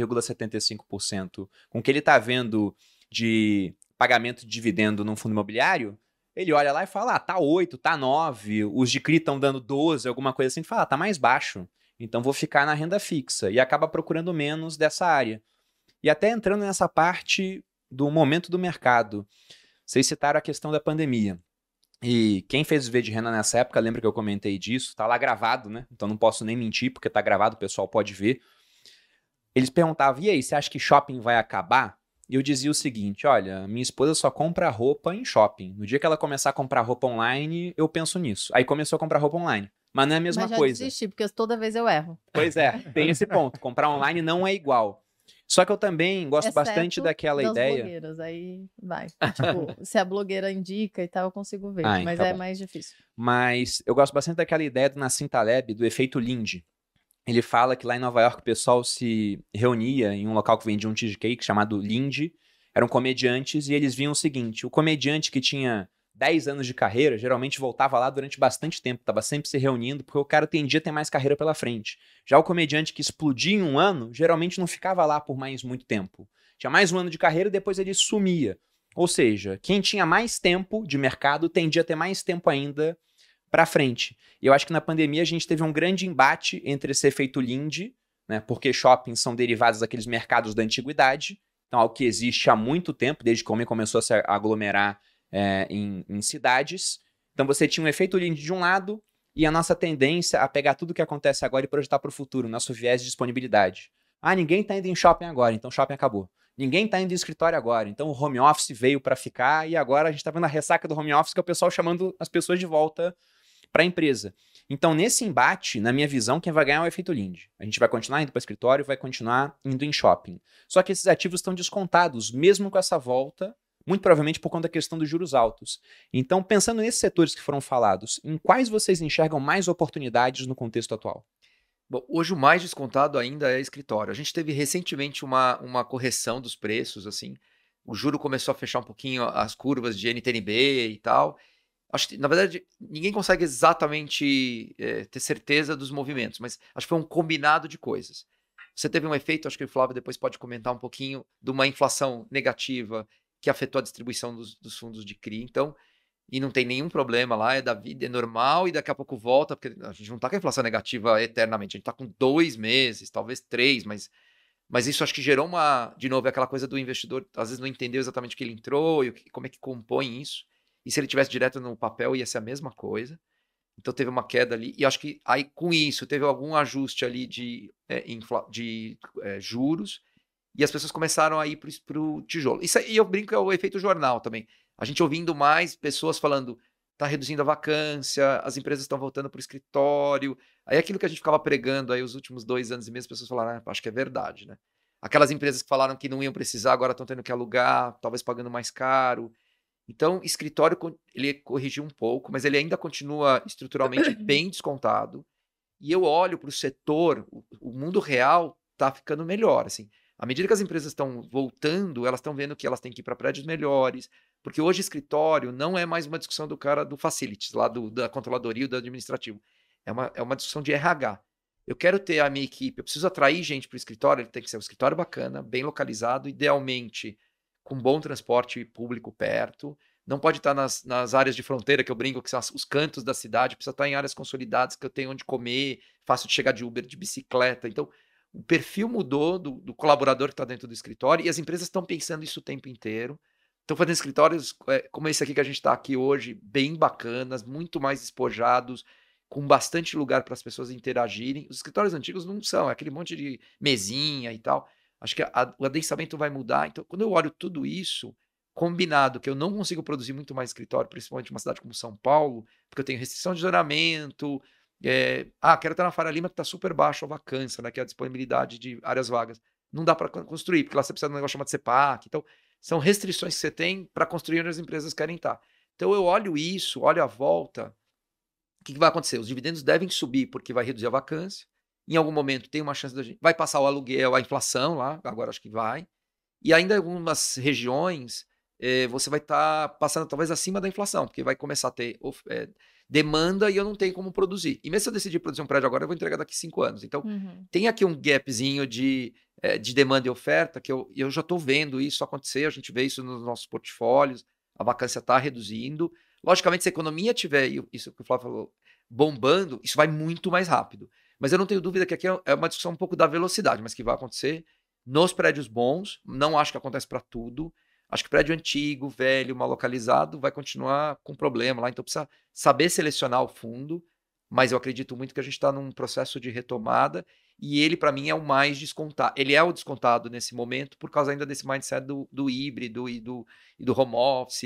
13,75%, com o que ele está vendo de pagamento de dividendo num fundo imobiliário, ele olha lá e fala, tá 8, tá 9, os de CRI estão dando 12, alguma coisa assim, e fala, tá mais baixo, então vou ficar na renda fixa, e acaba procurando menos dessa área. E até entrando nessa parte do momento do mercado, vocês citaram a questão da pandemia, e quem fez o V de Renda nessa época, lembra que eu comentei disso, tá lá gravado, né? Então não posso nem mentir, porque tá gravado, o pessoal pode ver. eles perguntavam, e aí, você acha que shopping vai acabar? E eu dizia o seguinte, olha, minha esposa só compra roupa em shopping. No dia que ela começar a comprar roupa online, eu penso nisso. Aí começou a comprar roupa online. Mas não é a mesma Mas já coisa. desisti, porque toda vez eu erro. Pois é, tem esse ponto. Comprar online não é igual. Só que eu também gosto bastante Exceto daquela das ideia. blogueiras, aí vai. Tipo, se a blogueira indica e tal, eu consigo ver. Ai, Mas tá é bom. mais difícil. Mas eu gosto bastante daquela ideia do Nassim Taleb, do efeito Lindy. Ele fala que lá em Nova York o pessoal se reunia em um local que vendia um cheesecake chamado Lindy. Eram comediantes e eles viam o seguinte, o comediante que tinha 10 anos de carreira, geralmente voltava lá durante bastante tempo, estava sempre se reunindo, porque o cara tendia a ter mais carreira pela frente. Já o comediante que explodia em um ano, geralmente não ficava lá por mais muito tempo. Tinha mais um ano de carreira e depois ele sumia. Ou seja, quem tinha mais tempo de mercado tendia a ter mais tempo ainda para frente. E eu acho que na pandemia a gente teve um grande embate entre esse efeito Lindy, né, porque shoppings são derivados daqueles mercados da antiguidade, então algo que existe há muito tempo, desde que o homem começou a se aglomerar em cidades. Então você tinha um efeito Lindy de um lado e a nossa tendência a pegar tudo que acontece agora e projetar para o futuro, nosso viés de disponibilidade. Ah, ninguém está indo em shopping agora, então shopping acabou. Ninguém está indo em escritório agora, então o home office veio para ficar e agora a gente está vendo a ressaca do home office, que é o pessoal chamando as pessoas de volta para a empresa. Então, nesse embate, na minha visão, quem vai ganhar é o efeito Lindy. A gente vai continuar indo para o escritório, vai continuar indo em shopping. Só que esses ativos estão descontados, mesmo com essa volta, muito provavelmente por conta da questão dos juros altos. Então, pensando nesses setores que foram falados, em quais vocês enxergam mais oportunidades no contexto atual? Bom, hoje o mais descontado ainda é escritório. A gente teve recentemente uma correção dos preços, assim. O juro começou a fechar um pouquinho as curvas de NTNB e tal. Acho que, na verdade, ninguém consegue exatamente ter certeza dos movimentos, mas acho que foi um combinado de coisas. Você teve um efeito, acho que o Flávio depois pode comentar um pouquinho, de uma inflação negativa que afetou a distribuição dos fundos de CRI. Então, e não tem nenhum problema lá, é da vida, é normal, e daqui a pouco volta, porque a gente não está com a inflação negativa eternamente, a gente está com 2 meses, talvez 3, mas isso acho que gerou de novo, aquela coisa do investidor, às vezes não entendeu exatamente o que ele entrou e como é que compõe isso. E se ele tivesse direto no papel, ia ser a mesma coisa. Então teve uma queda ali. E acho que aí com isso teve algum ajuste ali de juros. E as pessoas começaram a ir para o tijolo. Isso aí eu brinco que é o efeito jornal também. A gente ouvindo mais pessoas falando, está reduzindo a vacância, as empresas estão voltando para o escritório. Aí aquilo que a gente ficava pregando aí os últimos 2 anos e meio, as pessoas falaram, acho que é verdade, né? Aquelas empresas que falaram que não iam precisar, agora estão tendo que alugar, talvez pagando mais caro. Então, escritório, ele corrigiu um pouco, mas ele ainda continua estruturalmente bem descontado. E eu olho para o setor, o mundo real está ficando melhor. Assim. À medida que as empresas estão voltando, elas estão vendo que elas têm que ir para prédios melhores, porque hoje escritório não é mais uma discussão do cara do facilities, lá da controladoria ou do administrativo. É uma discussão de RH. Eu quero ter a minha equipe, eu preciso atrair gente para o escritório, ele tem que ser um escritório bacana, bem localizado, idealmente com bom transporte público perto, não pode estar nas áreas de fronteira, que eu brinco, que são os cantos da cidade, precisa estar em áreas consolidadas, que eu tenho onde comer, fácil de chegar de Uber, de bicicleta. Então, o perfil mudou do colaborador que está dentro do escritório e as empresas estão pensando isso o tempo inteiro. Estão fazendo escritórios como esse aqui que a gente está aqui hoje, bem bacanas, muito mais despojados, com bastante lugar para as pessoas interagirem. Os escritórios antigos não são, é aquele monte de mesinha e tal. Acho que o adensamento vai mudar. Então, quando eu olho tudo isso, combinado que eu não consigo produzir muito mais escritório, principalmente em uma cidade como São Paulo, porque eu tenho restrição de zoneamento. Quero estar na Faria Lima, que está super baixo a vacância, né, que é a disponibilidade de áreas vagas. Não dá para construir, porque lá você precisa de um negócio chamado CEPAC. Então, são restrições que você tem para construir onde as empresas querem estar. Então, eu olho isso, olho a volta. O que vai acontecer? Os dividendos devem subir, porque vai reduzir a vacância. Em algum momento tem uma chance da gente... Vai passar o aluguel, a inflação lá, agora acho que vai. E ainda em algumas regiões, você vai estar passando talvez acima da inflação, porque vai começar a ter demanda e eu não tenho como produzir. E mesmo se eu decidir produzir um prédio agora, eu vou entregar daqui 5 anos. Então, tem aqui um gapzinho de demanda e oferta, que eu já estou vendo isso acontecer, a gente vê isso nos nossos portfólios, a vacância está reduzindo. Logicamente, se a economia tiver, isso que o Flávio falou, bombando, isso vai muito mais rápido. Mas eu não tenho dúvida que aqui é uma discussão um pouco da velocidade, mas que vai acontecer nos prédios bons. Não acho que acontece para tudo. Acho que prédio antigo, velho, mal localizado, vai continuar com problema lá. Então precisa saber selecionar o fundo. Mas eu acredito muito que a gente está num processo de retomada. e ele, para mim, é o mais descontado. Ele é o descontado nesse momento por causa ainda desse mindset do híbrido e do home office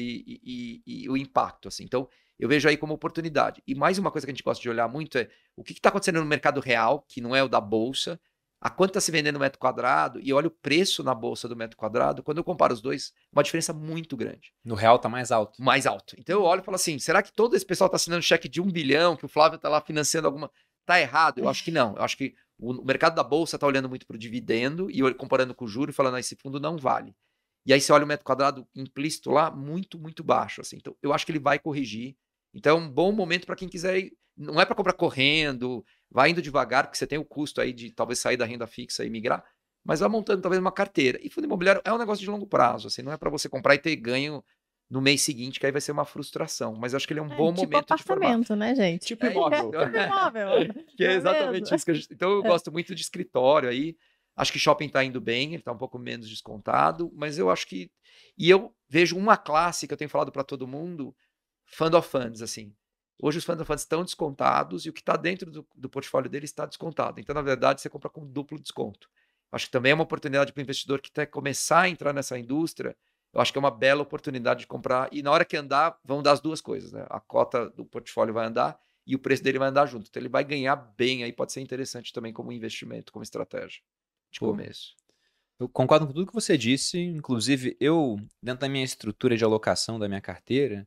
e o impacto, assim. Então, eu vejo aí como oportunidade. E mais uma coisa que a gente gosta de olhar muito é o que está acontecendo no mercado real, que não é o da bolsa, a quanto está se vendendo o metro quadrado, e olha o preço na bolsa do metro quadrado, quando eu comparo os dois, uma diferença muito grande. No real tá mais alto. Mais alto. Então eu olho e falo assim, será que todo esse pessoal está assinando cheque de 1 bilhão, que o Flávio está lá financiando alguma... Tá errado? Eu acho que não. Eu acho que o mercado da bolsa está olhando muito para o dividendo e comparando com o juro e falando, esse fundo não vale. E aí você olha o metro quadrado implícito lá, muito, muito baixo. Assim. Então eu acho que ele vai corrigir. Então é um bom momento para quem quiser ir. Não é para comprar correndo, vai indo devagar, porque você tem o custo aí de talvez sair da renda fixa e migrar, mas vai montando talvez uma carteira. E fundo imobiliário é um negócio de longo prazo, assim, não é para você comprar e ter ganho no mês seguinte, que aí vai ser uma frustração. Mas eu acho que ele é um bom tipo momento de formar. apartamento, né, gente? Tipo imóvel. Tipo imóvel. Que é Não é exatamente mesmo? isso que a gente... Então eu gosto muito de escritório aí. Acho que shopping está indo bem, ele está um pouco menos descontado, mas eu acho que... E eu vejo uma classe que eu tenho falado para todo mundo, fund of funds, assim. Hoje os fund of funds estão descontados e o que está dentro do portfólio deles está descontado. Então, na verdade, você compra com duplo desconto. Acho que também é uma oportunidade para o investidor que quer começar a entrar nessa indústria. Eu acho que é uma bela oportunidade de comprar. E na hora que andar, vão dar as duas coisas, né? A cota do portfólio vai andar e o preço dele vai andar junto. Então, ele vai ganhar bem. Aí pode ser interessante também como investimento, como estratégia de começo. Eu concordo com tudo que você disse. Inclusive, eu, dentro da minha estrutura de alocação da minha carteira,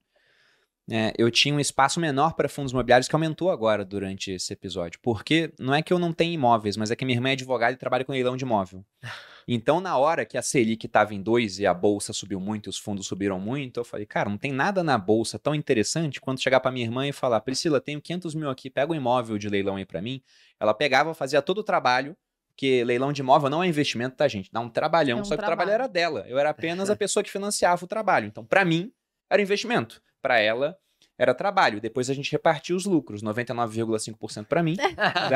eu tinha um espaço menor para fundos imobiliários que aumentou agora durante esse episódio. Porque não é que eu não tenho imóveis, mas é que minha irmã é advogada e trabalha com leilão de imóvel. Então, na hora que a Selic estava em 2 e a bolsa subiu muito e os fundos subiram muito, eu falei, cara, não tem nada na bolsa tão interessante quanto chegar para minha irmã e falar, Priscila, tenho 500 mil aqui, pega um imóvel de leilão aí para mim. Ela pegava, fazia todo o trabalho, porque leilão de imóvel não é investimento, tá, gente? Dá um trabalhão, só que o trabalho era dela. Eu era apenas a pessoa que financiava o trabalho. Então, para mim, era investimento. Para ela, era trabalho. Depois a gente repartia os lucros. 99,5% para mim,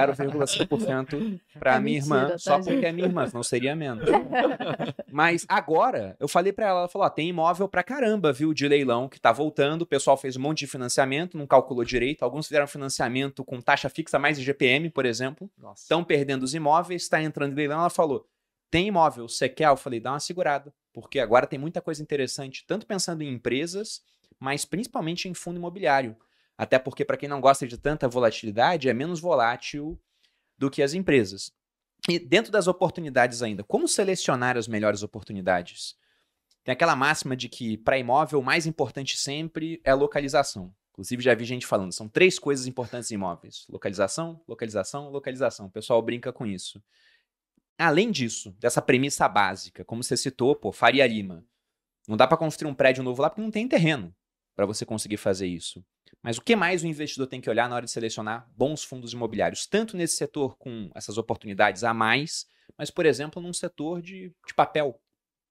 0,5% para minha irmã, mentira, tá, só porque gente? é minha irmã, não seria menos. Mas agora, eu falei para ela, ela falou, tem imóvel pra caramba, viu, de leilão, que tá voltando, o pessoal fez um monte de financiamento, não calculou direito, alguns fizeram financiamento com taxa fixa mais IGPM, por exemplo, estão perdendo os imóveis, está entrando em leilão, ela falou, tem imóvel, você quer? Eu falei, dá uma segurada, porque agora tem muita coisa interessante, tanto pensando em empresas, mas principalmente em fundo imobiliário. Até porque, para quem não gosta de tanta volatilidade, é menos volátil do que as empresas. E dentro das oportunidades ainda, como selecionar as melhores oportunidades? Tem aquela máxima de que, para imóvel, o mais importante sempre é a localização. Inclusive, já vi gente falando, são 3 coisas importantes em imóveis. Localização, localização, localização. O pessoal brinca com isso. Além disso, dessa premissa básica, como você citou, Faria Lima. Não dá para construir um prédio novo lá porque não tem terreno para você conseguir fazer isso. Mas o que mais o investidor tem que olhar na hora de selecionar bons fundos imobiliários? Tanto nesse setor com essas oportunidades a mais, mas, por exemplo, num setor de papel.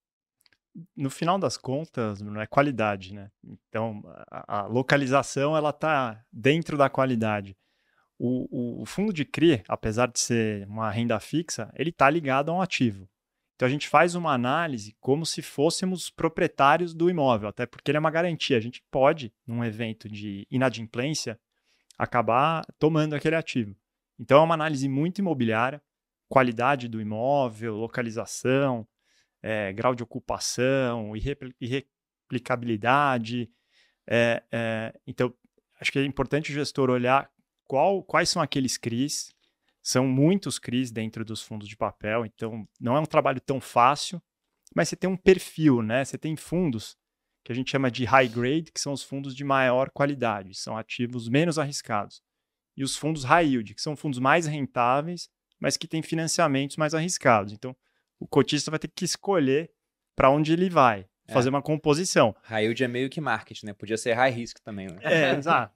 No final das contas, não é qualidade, né? Então, a localização, ela está dentro da qualidade. O fundo de CRI, apesar de ser uma renda fixa, ele está ligado a um ativo. Então, a gente faz uma análise como se fôssemos proprietários do imóvel, até porque ele é uma garantia. A gente pode, num evento de inadimplência, acabar tomando aquele ativo. Então, é uma análise muito imobiliária, qualidade do imóvel, localização, grau de ocupação, irreplicabilidade. Então, acho que é importante o gestor olhar quais são aqueles CRIs. São muitos CRIs dentro dos fundos de papel, então não é um trabalho tão fácil, mas você tem um perfil, né? Você tem fundos que a gente chama de high grade, que são os fundos de maior qualidade, são ativos menos arriscados. E os fundos high yield, que são fundos mais rentáveis, mas que têm financiamentos mais arriscados. Então, o cotista vai ter que escolher para onde ele vai, fazer uma composição. High yield é meio que marketing, né? Podia ser high risk também, né? Exato.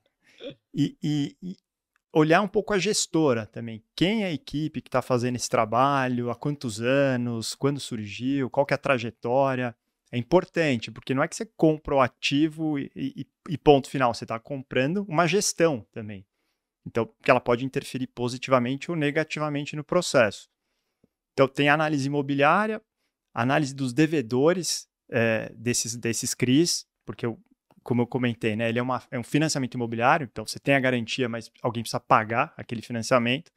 E olhar um pouco a gestora também. Quem é a equipe que está fazendo esse trabalho, há quantos anos, quando surgiu, qual que é a trajetória. É importante, porque não é que você compra o ativo e ponto final, você está comprando uma gestão também. Então, que ela pode interferir positivamente ou negativamente no processo. Então, tem a análise imobiliária, análise dos devedores desses CRIs, porque como eu comentei, né, ele é um financiamento imobiliário, então você tem a garantia, mas alguém precisa pagar aquele financiamento.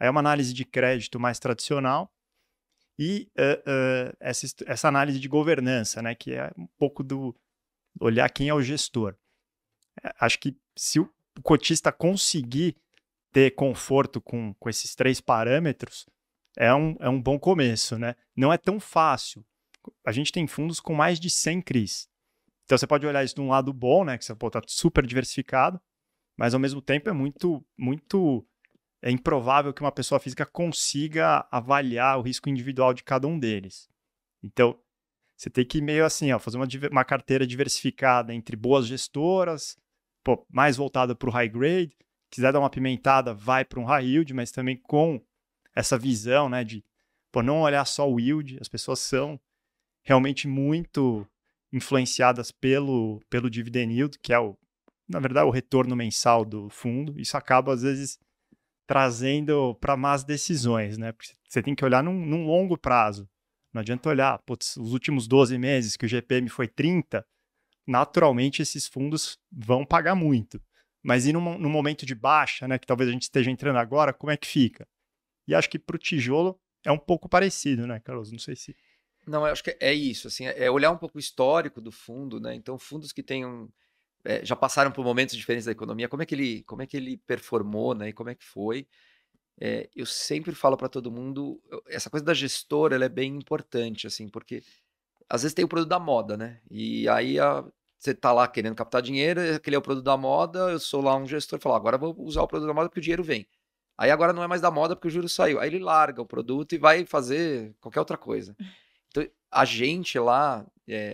Aí é uma análise de crédito mais tradicional e essa análise de governança, né, que é um pouco do olhar quem é o gestor. Acho que se o cotista conseguir ter conforto com esses 3 parâmetros, é um bom começo, né? Não é tão fácil. A gente tem fundos com mais de 100 CRIs. Então você pode olhar isso de um lado bom, né? Que você está super diversificado, mas ao mesmo tempo é muito improvável que uma pessoa física consiga avaliar o risco individual de cada um deles. Então, você tem que meio assim, fazer uma carteira diversificada entre boas gestoras, mais voltada para o high grade. Quiser dar uma pimentada, vai para um high yield, mas também com essa visão, né, de não olhar só o yield. As pessoas são realmente muito influenciadas pelo dividend yield, que é, na verdade, o retorno mensal do fundo. Isso acaba, às vezes, trazendo para más decisões, né? Porque você tem que olhar num longo prazo. Não adianta olhar, os últimos 12 meses que o GPM foi 30, naturalmente esses fundos vão pagar muito. Mas e num momento de baixa, né, que talvez a gente esteja entrando agora, como é que fica? E acho que para o tijolo é um pouco parecido, né, Carlos? Não sei se... Não, eu acho que é isso, assim, é olhar um pouco o histórico do fundo, né? Então, fundos que tenham já passaram por momentos diferentes da economia, como é que ele performou, né? E como é que foi? Eu sempre falo para todo mundo, essa coisa da gestora, ela é bem importante, assim, porque às vezes tem o produto da moda, né? E aí você tá lá querendo captar dinheiro, aquele é o produto da moda, eu sou lá um gestor e falo, agora eu vou usar o produto da moda porque o dinheiro vem. Aí agora não é mais da moda porque o juro saiu. Aí ele larga o produto e vai fazer qualquer outra coisa. Então, a gente lá,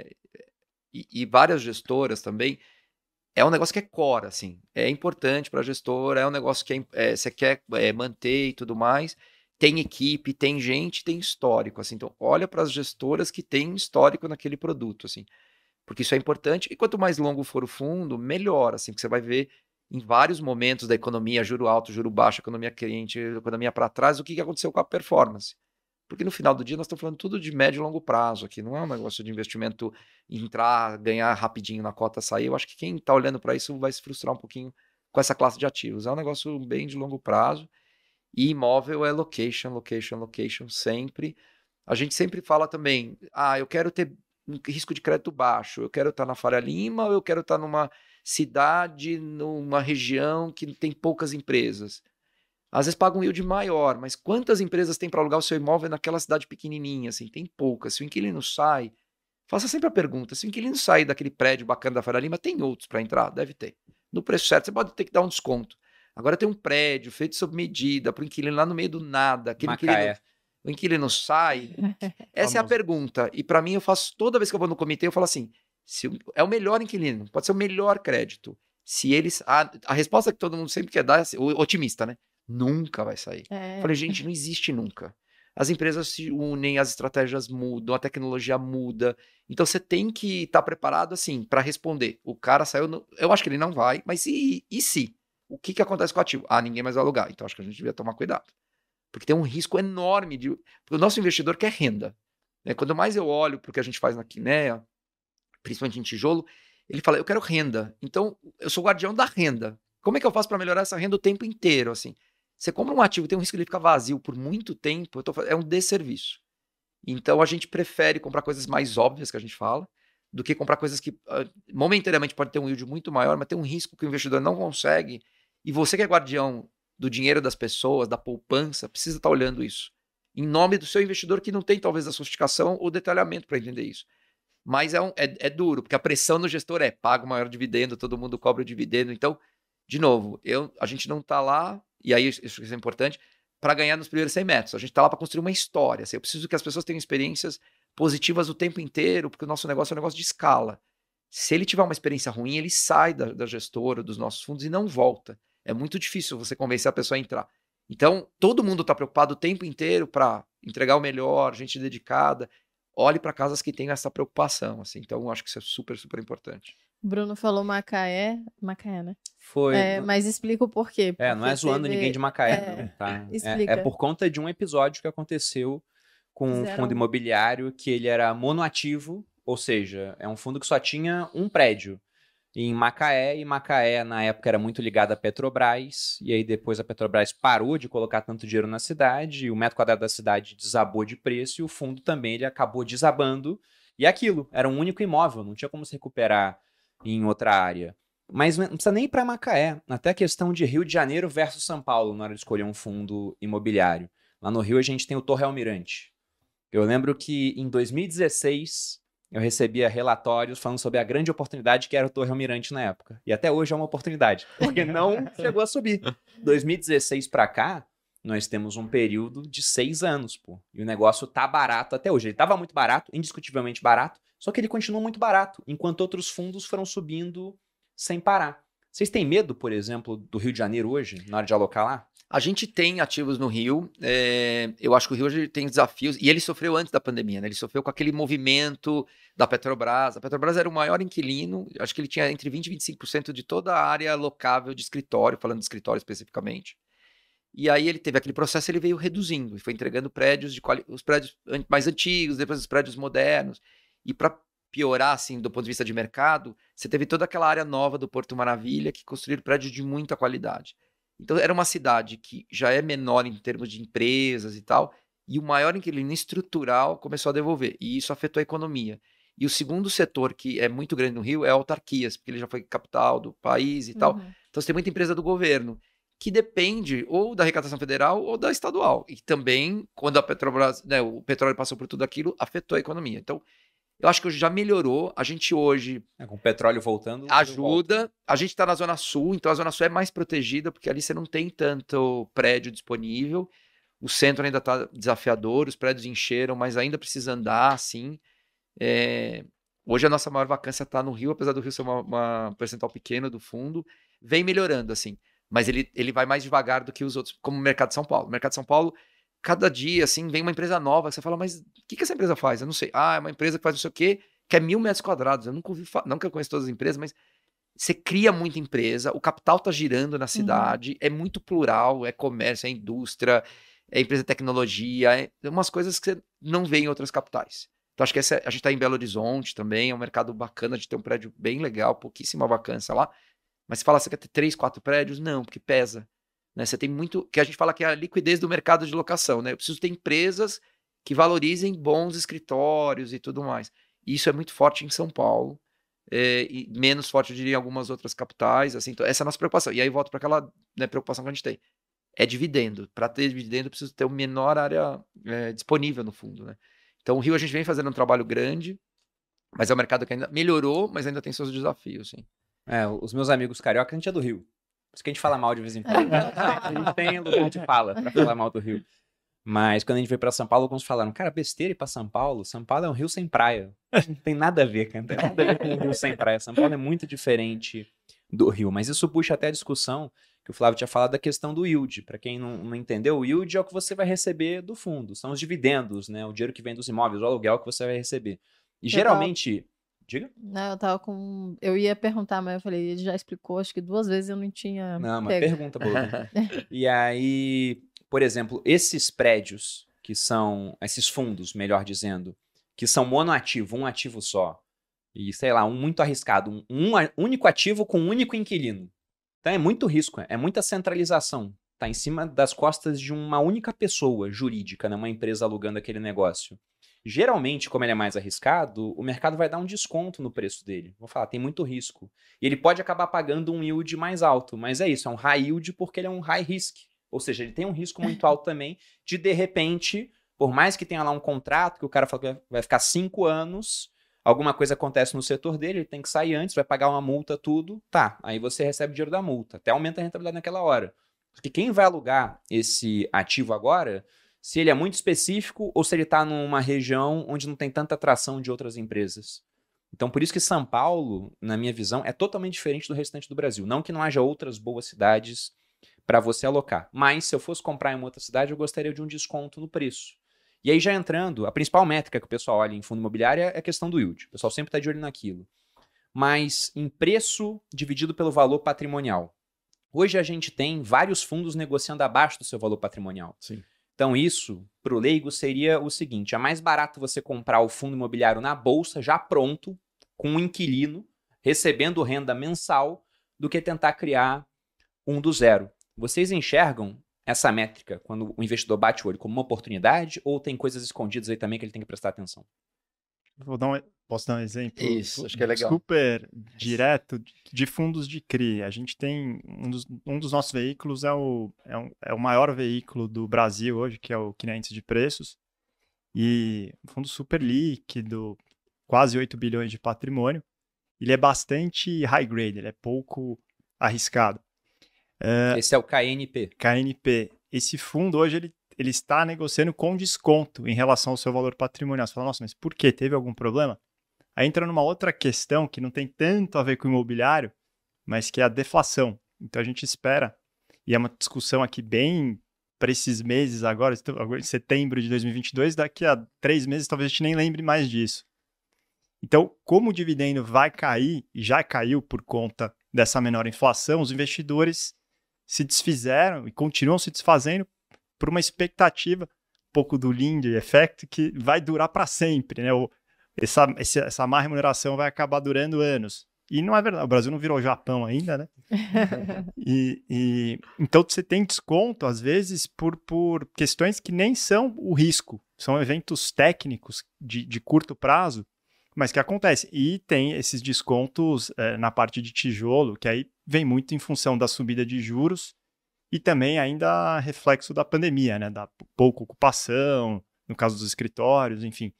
e várias gestoras também, é um negócio que é core, assim. É importante para a gestora, é um negócio que você quer manter e tudo mais. Tem equipe, tem gente, tem histórico, assim. Então, olha para as gestoras que têm histórico naquele produto, assim. Porque isso é importante. E quanto mais longo for o fundo, melhor, assim. Porque você vai ver em vários momentos da economia, juro alto, juro baixo, economia quente, economia para trás, o que aconteceu com a performance. Porque no final do dia nós estamos falando tudo de médio e longo prazo aqui, não é um negócio de investimento entrar, ganhar rapidinho na cota, sair. Eu acho que quem está olhando para isso vai se frustrar um pouquinho com essa classe de ativos. É um negócio bem de longo prazo e imóvel é location, location, location sempre. A gente sempre fala também, eu quero ter um risco de crédito baixo, eu quero estar na Faria Lima ou eu quero estar numa cidade, numa região que tem poucas empresas. Às vezes paga um yield maior, mas quantas empresas tem para alugar o seu imóvel naquela cidade pequenininha? Assim, tem poucas. Se o inquilino sai, faça sempre a pergunta, se o inquilino sair daquele prédio bacana da Faria Lima, tem outros para entrar? Deve ter. No preço certo, você pode ter que dar um desconto. Agora tem um prédio feito sob medida para o inquilino lá no meio do nada. O inquilino sai. Essa é a pergunta. E para mim, eu faço, toda vez que eu vou no comitê, eu falo assim, é o melhor inquilino, pode ser o melhor crédito. Se eles... A resposta que todo mundo sempre quer dar é assim, otimista, né? Nunca vai sair. Falei, gente, não existe nunca. As empresas se unem, as estratégias mudam, a tecnologia muda. Então você tem que estar preparado assim para responder. O cara saiu, eu acho que ele não vai, mas e se? O que acontece com o ativo? Ninguém mais vai alugar. Então acho que a gente devia tomar cuidado. Porque tem um risco enorme porque o nosso investidor quer renda. Quando mais eu olho para o que a gente faz na Kinea, principalmente em tijolo, ele fala, eu quero renda. Então eu sou o guardião da renda. Como é que eu faço para melhorar essa renda o tempo inteiro, assim? Você compra um ativo, tem um risco de ele ficar vazio por muito tempo, é um desserviço. Então a gente prefere comprar coisas mais óbvias que a gente fala, do que comprar coisas que momentaneamente pode ter um yield muito maior, mas tem um risco que o investidor não consegue, e você que é guardião do dinheiro das pessoas, da poupança, precisa estar olhando isso. Em nome do seu investidor que não tem talvez a sofisticação ou detalhamento para entender isso. Mas é duro, porque a pressão no gestor paga o maior dividendo, todo mundo cobra o dividendo. Então, de novo, a gente não está lá, e aí isso é importante, para ganhar nos primeiros 100 metros. A gente está lá para construir uma história. Assim, eu preciso que as pessoas tenham experiências positivas o tempo inteiro, porque o nosso negócio é um negócio de escala. Se ele tiver uma experiência ruim, ele sai da gestora, dos nossos fundos e não volta. É muito difícil você convencer a pessoa a entrar. Então, todo mundo está preocupado o tempo inteiro para entregar o melhor, gente dedicada. Olhe para casas que tenham essa preocupação. Assim. Então, eu acho que isso é super, super importante. Bruno falou Macaé, né? Foi. Mas explica o porquê. Não é zoando ninguém de Macaé, não, tá? Explica. É por conta de um episódio que aconteceu com um fundo imobiliário que ele era monoativo, ou seja, é um fundo que só tinha um prédio. em Macaé, e Macaé na época era muito ligada à Petrobras, e aí depois a Petrobras parou de colocar tanto dinheiro na cidade, e o metro quadrado da cidade desabou de preço, e o fundo também ele acabou desabando, e aquilo, era um único imóvel, não tinha como se recuperar em outra área. Mas não precisa nem ir para Macaé, até a questão de Rio de Janeiro versus São Paulo, na hora de escolher um fundo imobiliário. Lá no Rio a gente tem o Torre Almirante. Eu lembro que em 2016 eu recebia relatórios falando sobre a grande oportunidade que era o Torre Almirante na época. E até hoje é uma oportunidade, porque não chegou a subir. 2016 para cá, nós temos um período de 6 anos, pô. E o negócio tá barato até hoje. Ele estava muito barato, indiscutivelmente barato, só que ele continua muito barato, enquanto outros fundos foram subindo sem parar. Vocês têm medo, por exemplo, do Rio de Janeiro hoje, na hora de alocar lá? A gente tem ativos no Rio, eu acho que o Rio hoje tem desafios, e ele sofreu antes da pandemia, né? Ele sofreu com aquele movimento da Petrobras. A Petrobras era o maior inquilino, acho que ele tinha entre 20% e 25% de toda a área locável de escritório, falando de escritório especificamente. E aí ele teve aquele processo, ele veio reduzindo, e foi entregando prédios, os prédios mais antigos, depois os prédios modernos, e para piorar, assim, do ponto de vista de mercado, você teve toda aquela área nova do Porto Maravilha, que construíram prédios de muita qualidade. Então, era uma cidade que já é menor em termos de empresas e tal, e o maior inquilino estrutural começou a devolver, e isso afetou a economia. E o segundo setor, que é muito grande no Rio, é autarquias, porque ele já foi capital do país e tal. Então, você tem muita empresa do governo, que depende ou da arrecadação federal ou da estadual. E também, quando a Petrobras, né, o petróleo passou por tudo aquilo, afetou a economia. Então, eu acho que hoje já melhorou. A gente hoje... com o petróleo voltando... ajuda. A gente está na Zona Sul, então a Zona Sul é mais protegida, porque ali você não tem tanto prédio disponível. O centro ainda está desafiador, os prédios encheram, mas ainda precisa andar, assim. Hoje a nossa maior vacância está no Rio, apesar do Rio ser uma percentual pequena do fundo. Vem melhorando, assim. Mas ele vai mais devagar do que os outros, como o Mercado de São Paulo. O Mercado de São Paulo... Cada dia, assim, vem uma empresa nova, que você fala, mas o que essa empresa faz? Eu não sei. É uma empresa que faz não sei o quê, que é 1.000 metros quadrados. Eu nunca ouvi falar, não que eu conheço todas as empresas, mas você cria muita empresa, o capital tá girando na cidade, é muito plural, é comércio, é indústria, é empresa de tecnologia, é umas coisas que você não vê em outras capitais. Então, acho que a gente tá em Belo Horizonte também, é um mercado bacana de ter um prédio bem legal, pouquíssima vacância lá. Mas você fala, você quer ter 3, 4 prédios? Não, porque pesa. Né? Você tem muito, que a gente fala que é a liquidez do mercado de locação, né? Eu preciso ter empresas que valorizem bons escritórios e tudo mais. E isso é muito forte em São Paulo, e menos forte, eu diria, em algumas outras capitais. Assim, então, essa é a nossa preocupação. E aí volto para aquela, né, preocupação que a gente tem. É dividendo. Para ter dividendo, eu preciso ter uma menor área disponível no fundo. Né? Então, o Rio a gente vem fazendo um trabalho grande, mas é um mercado que ainda melhorou, mas ainda tem seus desafios. Sim. Os meus amigos carioca, a gente é do Rio. Por isso que a gente fala mal de vez em quando. A gente tem lugar de fala pra falar mal do Rio. Mas quando a gente veio pra São Paulo, alguns falaram, cara, besteira ir pra São Paulo. São Paulo é um rio sem praia. Não tem nada a ver, cara. Não tem nada a ver com um rio sem praia. São Paulo é muito diferente do Rio. Mas isso puxa até a discussão que o Flávio tinha falado da questão do yield. Pra quem não entendeu, o yield é o que você vai receber do fundo. São os dividendos, né? O dinheiro que vem dos imóveis, o aluguel que você vai receber. E geralmente... Diga? Não, eu ia perguntar, mas eu falei, ele já explicou, acho que 2 vezes eu não tinha. Não, mas pergunta boa. E aí, por exemplo, esses prédios, que são, esses fundos, melhor dizendo, que são monoativo, um ativo só, e sei lá, um muito arriscado, um único ativo com um único inquilino. Então é muito risco, é muita centralização. Tá em cima das costas de uma única pessoa jurídica, né? Uma empresa alugando aquele negócio. Geralmente, como ele é mais arriscado, o mercado vai dar um desconto no preço dele. Vou falar, tem muito risco. E ele pode acabar pagando um yield mais alto, mas é isso, é um high yield porque ele é um high risk. Ou seja, ele tem um risco muito alto também de repente, por mais que tenha lá um contrato, que o cara fala que vai ficar 5 anos, alguma coisa acontece no setor dele, ele tem que sair antes, vai pagar uma multa, tudo, tá. Aí você recebe o dinheiro da multa, até aumenta a rentabilidade naquela hora. Porque quem vai alugar esse ativo agora... se ele é muito específico ou se ele está numa região onde não tem tanta atração de outras empresas. Então, por isso que São Paulo, na minha visão, é totalmente diferente do restante do Brasil. Não que não haja outras boas cidades para você alocar. Mas, se eu fosse comprar em uma outra cidade, eu gostaria de um desconto no preço. E aí, já entrando, a principal métrica que o pessoal olha em fundo imobiliário é a questão do yield. O pessoal sempre está de olho naquilo. Mas, em preço dividido pelo valor patrimonial. Hoje, a gente tem vários fundos negociando abaixo do seu valor patrimonial. Sim. Então, isso, para o leigo, seria o seguinte: é mais barato você comprar o fundo imobiliário na bolsa, já pronto, com um inquilino, recebendo renda mensal, do que tentar criar um do zero. Vocês enxergam essa métrica quando o investidor bate o olho como uma oportunidade ou tem coisas escondidas aí também que ele tem que prestar atenção? Posso dar um exemplo? Isso, acho que é legal. Super direto de fundos de CRI. A gente tem um dos nossos veículos é o maior veículo do Brasil hoje, que é o 500 de preços. E um fundo super líquido, quase 8 bilhões de patrimônio. Ele é bastante high grade, ele é pouco arriscado. Esse é o KNP. KNP. Esse fundo hoje ele está negociando com desconto em relação ao seu valor patrimonial. Você fala, nossa, mas por quê? Teve algum problema? Aí entra numa outra questão que não tem tanto a ver com o imobiliário, mas que é a deflação. Então a gente espera, e é uma discussão aqui bem para esses meses agora em setembro de 2022, daqui a 3 meses talvez a gente nem lembre mais disso. Então, como o dividendo vai cair, e já caiu por conta dessa menor inflação, os investidores se desfizeram e continuam se desfazendo por uma expectativa, um pouco do Linde Effect, que vai durar para sempre, né? Essa má remuneração vai acabar durando anos. E não é verdade, o Brasil não virou Japão ainda, né? Então você tem desconto, às vezes, por questões que nem são o risco, são eventos técnicos de curto prazo, mas que acontecem. E tem esses descontos na parte de tijolo, que aí vem muito em função da subida de juros e também ainda reflexo da pandemia, né? Da pouca ocupação, no caso dos escritórios, enfim,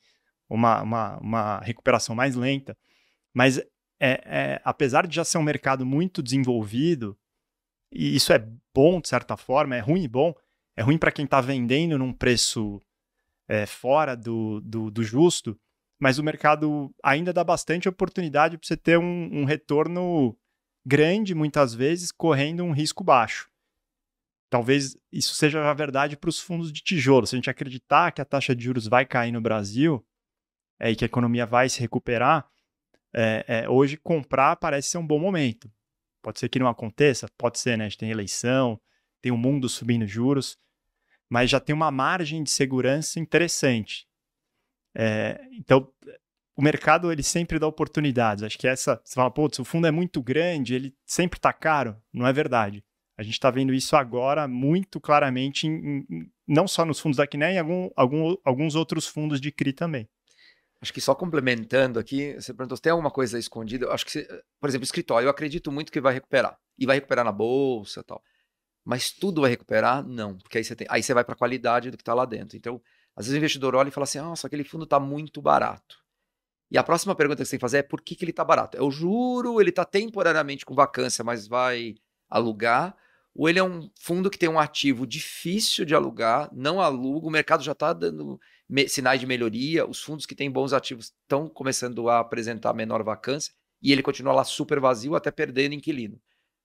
uma recuperação mais lenta. Mas apesar de já ser um mercado muito desenvolvido, e isso é bom de certa forma, é ruim e bom, é ruim para quem está vendendo num preço fora do justo, mas o mercado ainda dá bastante oportunidade para você ter um retorno grande, muitas vezes, correndo um risco baixo. Talvez isso seja a verdade para os fundos de tijolo. Se a gente acreditar que a taxa de juros vai cair no Brasil e que a economia vai se recuperar, hoje comprar parece ser um bom momento. Pode ser que não aconteça, pode ser, né? A gente tem eleição, tem o mundo subindo juros, mas já tem uma margem de segurança interessante. Então, o mercado ele sempre dá oportunidades. Acho que você fala, se o fundo é muito grande, ele sempre está caro. Não é verdade. A gente está vendo isso agora muito claramente, não só nos fundos da Quiné, em alguns outros fundos de CRI também. Acho que só complementando aqui, você perguntou se tem alguma coisa escondida. Eu acho que, por exemplo, escritório, eu acredito muito que vai recuperar. E vai recuperar na bolsa e tal. Mas tudo vai recuperar? Não. Porque aí você vai para a qualidade do que está lá dentro. Então, às vezes o investidor olha e fala assim, nossa, aquele fundo está muito barato. E a próxima pergunta que você tem que fazer é por que ele está barato? É o juro, ele está temporariamente com vacância, mas vai alugar? Ou ele é um fundo que tem um ativo difícil de alugar, não aluga, o mercado já está dando sinais de melhoria, os fundos que têm bons ativos estão começando a apresentar menor vacância, e ele continua lá super vazio, até perdendo inquilino.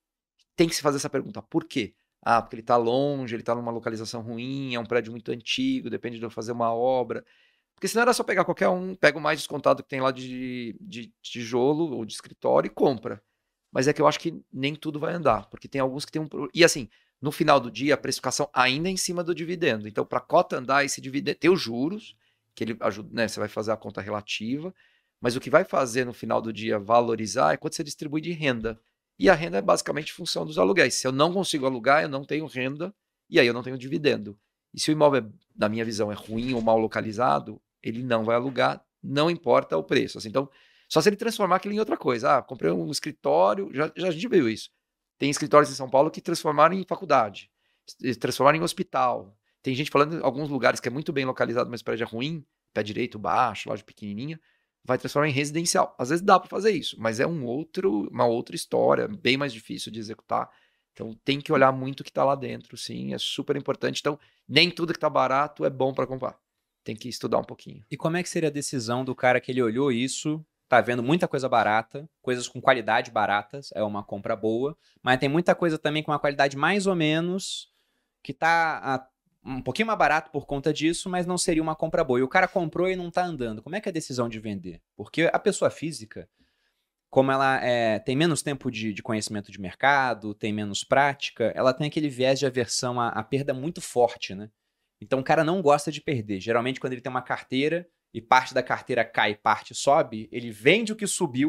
Tem que se fazer essa pergunta, por quê? Porque ele está longe, ele está numa localização ruim, é um prédio muito antigo, depende de eu fazer uma obra. Porque senão era só pegar qualquer um, pega o mais descontado que tem lá de tijolo ou de escritório e compra. Mas é que eu acho que nem tudo vai andar, porque tem alguns que tem E assim, no final do dia, a precificação ainda é em cima do dividendo. Então, para a cota andar, esse dividendo tem os juros, que ele ajuda, né? Você vai fazer a conta relativa, mas o que vai fazer no final do dia valorizar é quando você distribui de renda. E a renda é basicamente função dos aluguéis. Se eu não consigo alugar, eu não tenho renda, e aí eu não tenho dividendo. E se o imóvel, na minha visão, é ruim ou mal localizado, ele não vai alugar, não importa o preço. Assim, então, só se ele transformar aquilo em outra coisa. Comprei um escritório, já a gente viu isso. Tem escritórios em São Paulo que transformaram em faculdade, transformaram em hospital. Tem gente falando em alguns lugares que é muito bem localizado, mas o prédio é ruim, pé direito, baixo, loja pequenininha, vai transformar em residencial. Às vezes dá para fazer isso, mas é uma outra história, bem mais difícil de executar. Então tem que olhar muito o que está lá dentro, sim, é super importante. Então nem tudo que está barato é bom para comprar. Tem que estudar um pouquinho. E como é que seria a decisão do cara que ele olhou isso, tá vendo muita coisa barata, coisas com qualidade baratas, é uma compra boa, mas tem muita coisa também com uma qualidade mais ou menos, que tá um pouquinho mais barato por conta disso, mas não seria uma compra boa. E o cara comprou e não tá andando. Como é que é a decisão de vender? Porque a pessoa física, como ela tem menos tempo de conhecimento de mercado, tem menos prática, ela tem aquele viés de aversão à perda muito forte, né? Então o cara não gosta de perder. Geralmente quando ele tem uma carteira e parte da carteira cai e parte sobe, ele vende o que subiu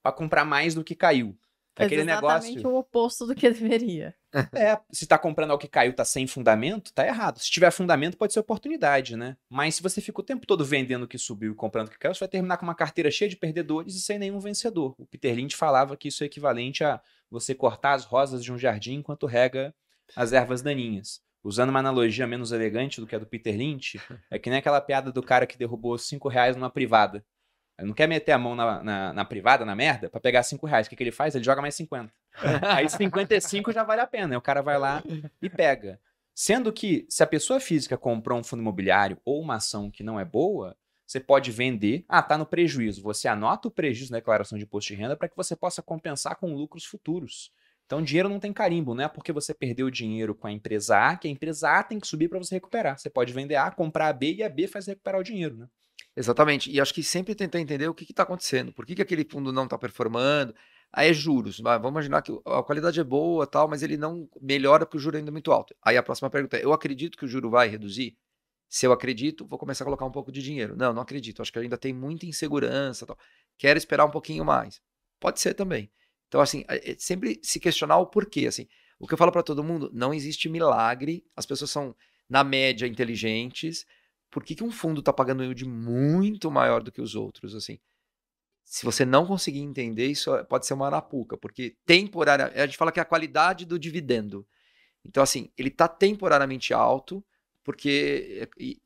para comprar mais do que caiu. Aquele exatamente negócio. o oposto do que deveria. Se tá comprando algo que caiu, tá sem fundamento, tá errado. Se tiver fundamento, pode ser oportunidade, né? Mas se você fica o tempo todo vendendo o que subiu e comprando o que caiu, você vai terminar com uma carteira cheia de perdedores e sem nenhum vencedor. O Peter Lynch falava que isso é equivalente a você cortar as rosas de um jardim enquanto rega as ervas daninhas. Usando uma analogia menos elegante do que a do Peter Lynch, é que nem aquela piada do cara que derrubou R$5 numa privada. Ele não quer meter a mão na privada, na merda, pra pegar R$5. O que ele faz? Ele joga mais 50. Aí 55 já vale a pena. Aí o cara vai lá e pega. Sendo que, se a pessoa física comprou um fundo imobiliário ou uma ação que não é boa, você pode vender. Tá no prejuízo. Você anota o prejuízo na declaração de imposto de renda para que você possa compensar com lucros futuros. Então, dinheiro não tem carimbo, não é porque você perdeu dinheiro com a empresa A que a empresa A tem que subir para você recuperar. Você pode vender A, comprar a B e a B faz recuperar o dinheiro, né? Exatamente. E acho que sempre tentar entender o que está acontecendo. Por que aquele fundo não está performando? Aí é juros. Vamos imaginar que a qualidade é boa, tal, mas ele não melhora porque o juro ainda é muito alto. Aí a próxima pergunta é: eu acredito que o juro vai reduzir? Se eu acredito, vou começar a colocar um pouco de dinheiro. Não acredito. Acho que ainda tem muita insegurança, tal. Quero esperar um pouquinho mais. Pode ser também. Então, assim, sempre se questionar o porquê. Assim, o que eu falo para todo mundo: não existe milagre. As pessoas são, na média, inteligentes. Por que um fundo está pagando um yield muito maior do que os outros? Assim, se você não conseguir entender, isso pode ser uma arapuca, porque a gente fala que é a qualidade do dividendo. Então, assim, ele está temporariamente alto, porque e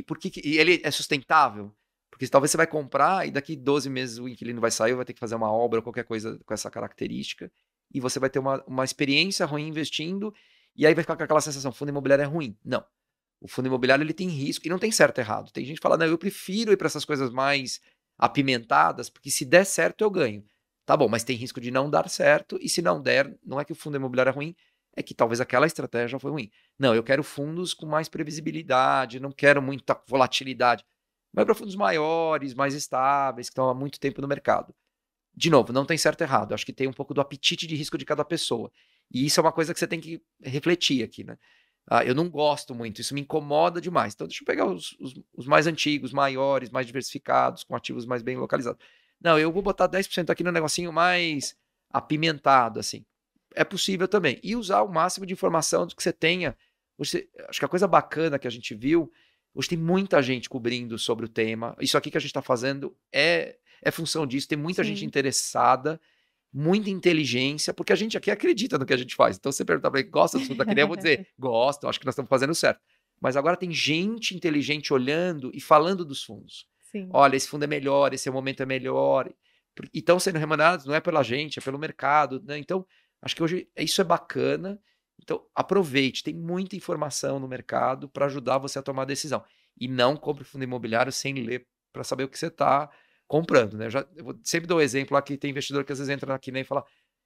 ele é sustentável, porque talvez você vai comprar e daqui 12 meses o inquilino vai sair, vai ter que fazer uma obra ou qualquer coisa com essa característica, e você vai ter uma experiência ruim investindo, e aí vai ficar com aquela sensação: fundo imobiliário é ruim. Não. O fundo imobiliário ele tem risco, e não tem certo e errado. Tem gente que fala: não, eu prefiro ir para essas coisas mais apimentadas, porque se der certo eu ganho. Tá bom, mas tem risco de não dar certo, e se não der, não é que o fundo imobiliário é ruim, é que talvez aquela estratégia foi ruim. Não, eu quero fundos com mais previsibilidade, não quero muita volatilidade. Vai para fundos maiores, mais estáveis, que estão há muito tempo no mercado. De novo, não tem certo e errado. Acho que tem um pouco do apetite de risco de cada pessoa. E isso é uma coisa que você tem que refletir aqui, né? Eu não gosto muito, isso me incomoda demais. Então, deixa eu pegar os mais antigos, maiores, mais diversificados, com ativos mais bem localizados. Não, eu vou botar 10% aqui no negocinho mais apimentado, assim. É possível também. E usar o máximo de informação do que você tenha. Acho que a coisa bacana que a gente viu, hoje tem muita gente cobrindo sobre o tema. Isso aqui que a gente está fazendo é função disso. Tem muita gente interessada, muita inteligência, porque a gente aqui acredita no que a gente faz. Então, se você perguntar para mim: gosta do fundo aqui? Eu vou dizer: gosto, acho que nós estamos fazendo certo. Mas agora tem gente inteligente olhando e falando dos fundos. Sim. Olha, esse fundo é melhor, esse momento é melhor. E estão sendo remunerados, não é pela gente, é pelo mercado, né? Então, acho que hoje isso é bacana. Então, aproveite, tem muita informação no mercado para ajudar você a tomar a decisão. E não compre fundo imobiliário sem ler para saber o que você está comprando, né? Eu sempre dou um exemplo aqui, tem investidor que às vezes entra aqui, né, e fala: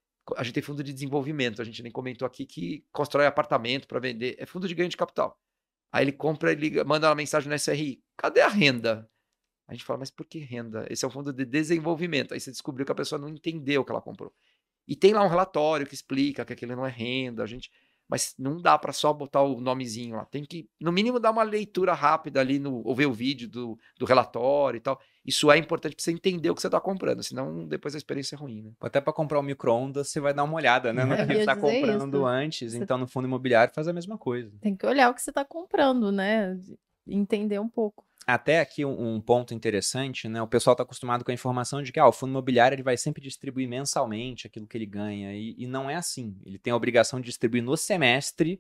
a gente tem fundo de desenvolvimento, a gente nem comentou aqui, que constrói apartamento para vender, é fundo de ganho de capital. Aí ele compra, ele liga, manda uma mensagem no SRI: cadê a renda? A gente fala: mas por que renda? Esse é um fundo de desenvolvimento. Aí você descobriu que a pessoa não entendeu o que ela comprou. E tem lá um relatório que explica que aquilo não é renda, mas não dá para só botar o nomezinho lá. Tem que, no mínimo, dar uma leitura rápida ali, ou ver o vídeo do relatório e tal. Isso é importante para você entender o que você está comprando, senão depois a experiência é ruim, né? Até para comprar um micro-ondas, você vai dar uma olhada, né? No que você está comprando isso. antes. Então, no fundo imobiliário, faz a mesma coisa. Tem que olhar o que você está comprando, né? Entender um pouco. Até aqui um ponto interessante, né? O pessoal está acostumado com a informação de que o fundo imobiliário ele vai sempre distribuir mensalmente aquilo que ele ganha. E não é assim. Ele tem a obrigação de distribuir no semestre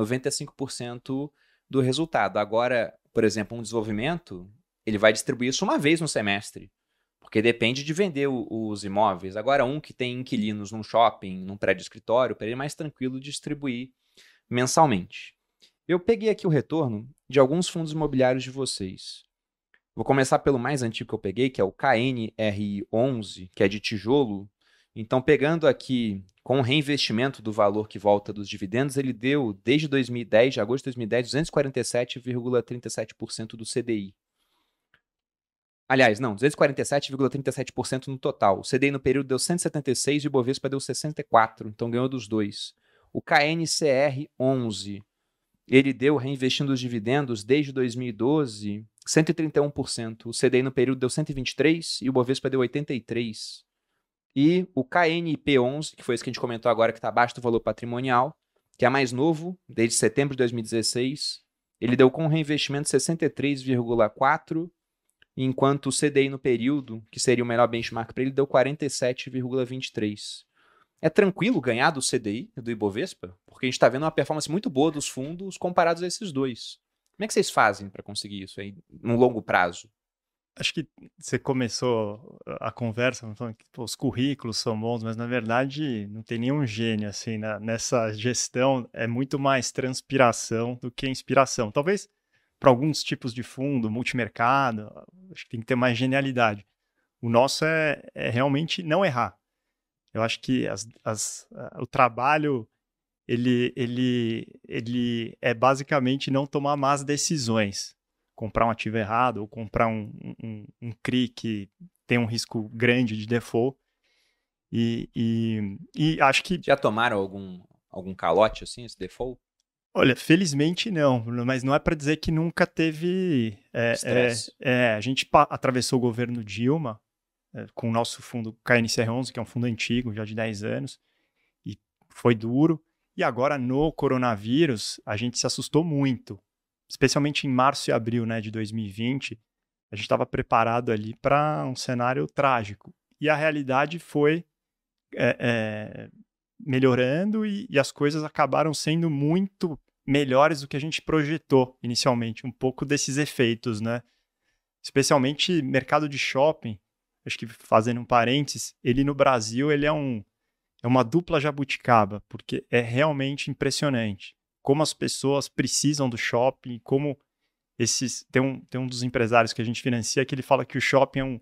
95% do resultado. Agora, por exemplo, um desenvolvimento, ele vai distribuir isso uma vez no semestre. Porque depende de vender os imóveis. Agora, um que tem inquilinos num shopping, num prédio escritório, para ele é mais tranquilo distribuir mensalmente. Eu peguei aqui o retorno de alguns fundos imobiliários de vocês. Vou começar pelo mais antigo que eu peguei, que é o KNRI11, que é de tijolo. Então, pegando aqui com o reinvestimento do valor que volta dos dividendos, ele deu, desde 2010, de agosto de 2010, 247,37% do CDI. Aliás, não, 247,37% no total. O CDI no período deu 176 e o Bovespa deu 64, então ganhou dos dois. O KNCR11, ele deu, reinvestindo os dividendos desde 2012, 131%. O CDI no período deu 123 e o Bovespa deu 83. E o KNP11, que foi esse que a gente comentou agora, que está abaixo do valor patrimonial, que é mais novo, desde setembro de 2016, ele deu com reinvestimento 63,4%, enquanto o CDI no período, que seria o melhor benchmark para ele, deu 47,23%. É tranquilo ganhar do CDI, do Ibovespa? Porque a gente está vendo uma performance muito boa dos fundos comparados a esses dois. Como é que vocês fazem para conseguir isso aí no longo prazo? Acho que você começou a conversa falando que os currículos são bons, mas na verdade não tem nenhum gênio assim nessa gestão. É muito mais transpiração do que inspiração. Talvez para alguns tipos de fundo, multimercado, acho que tem que ter mais genialidade. O nosso é realmente não errar. Eu acho que o trabalho ele é basicamente não tomar más decisões. Comprar um ativo errado ou comprar um CRI que tem um risco grande de default. E acho que... Já tomaram algum calote assim, esse default? Olha, felizmente não, mas não é para dizer que nunca teve... a gente atravessou o governo Dilma com o nosso fundo KNCR11, que é um fundo antigo, já de 10 anos, e foi duro. E agora, no coronavírus, a gente se assustou muito. Especialmente em março e abril, né, de 2020, a gente estava preparado ali para um cenário trágico. E a realidade foi melhorando e as coisas acabaram sendo muito melhores do que a gente projetou inicialmente. Um pouco desses efeitos, né? Especialmente mercado de shopping, acho que fazendo um parênteses, ele no Brasil ele é uma dupla jabuticaba, porque é realmente impressionante como as pessoas precisam do shopping, como tem um dos empresários que a gente financia que ele fala que o shopping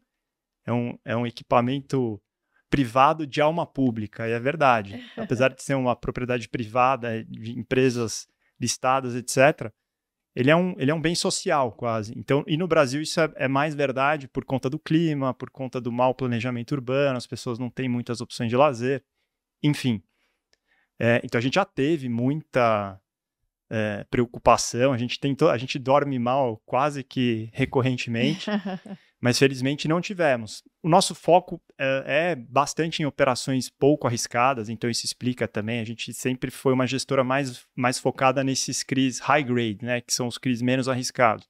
é um equipamento privado de alma pública, e é verdade. Apesar de ser uma propriedade privada, de empresas listadas, etc., ele é um bem social, quase. Então, e no Brasil isso é mais verdade por conta do clima, por conta do mau planejamento urbano, as pessoas não têm muitas opções de lazer, enfim. Então, a gente já teve muita preocupação, a gente dorme mal quase que recorrentemente, mas felizmente não tivemos. O nosso foco é bastante em operações pouco arriscadas, então isso explica também, a gente sempre foi uma gestora mais focada nesses CRIs high grade, né, que são os CRIs menos arriscados,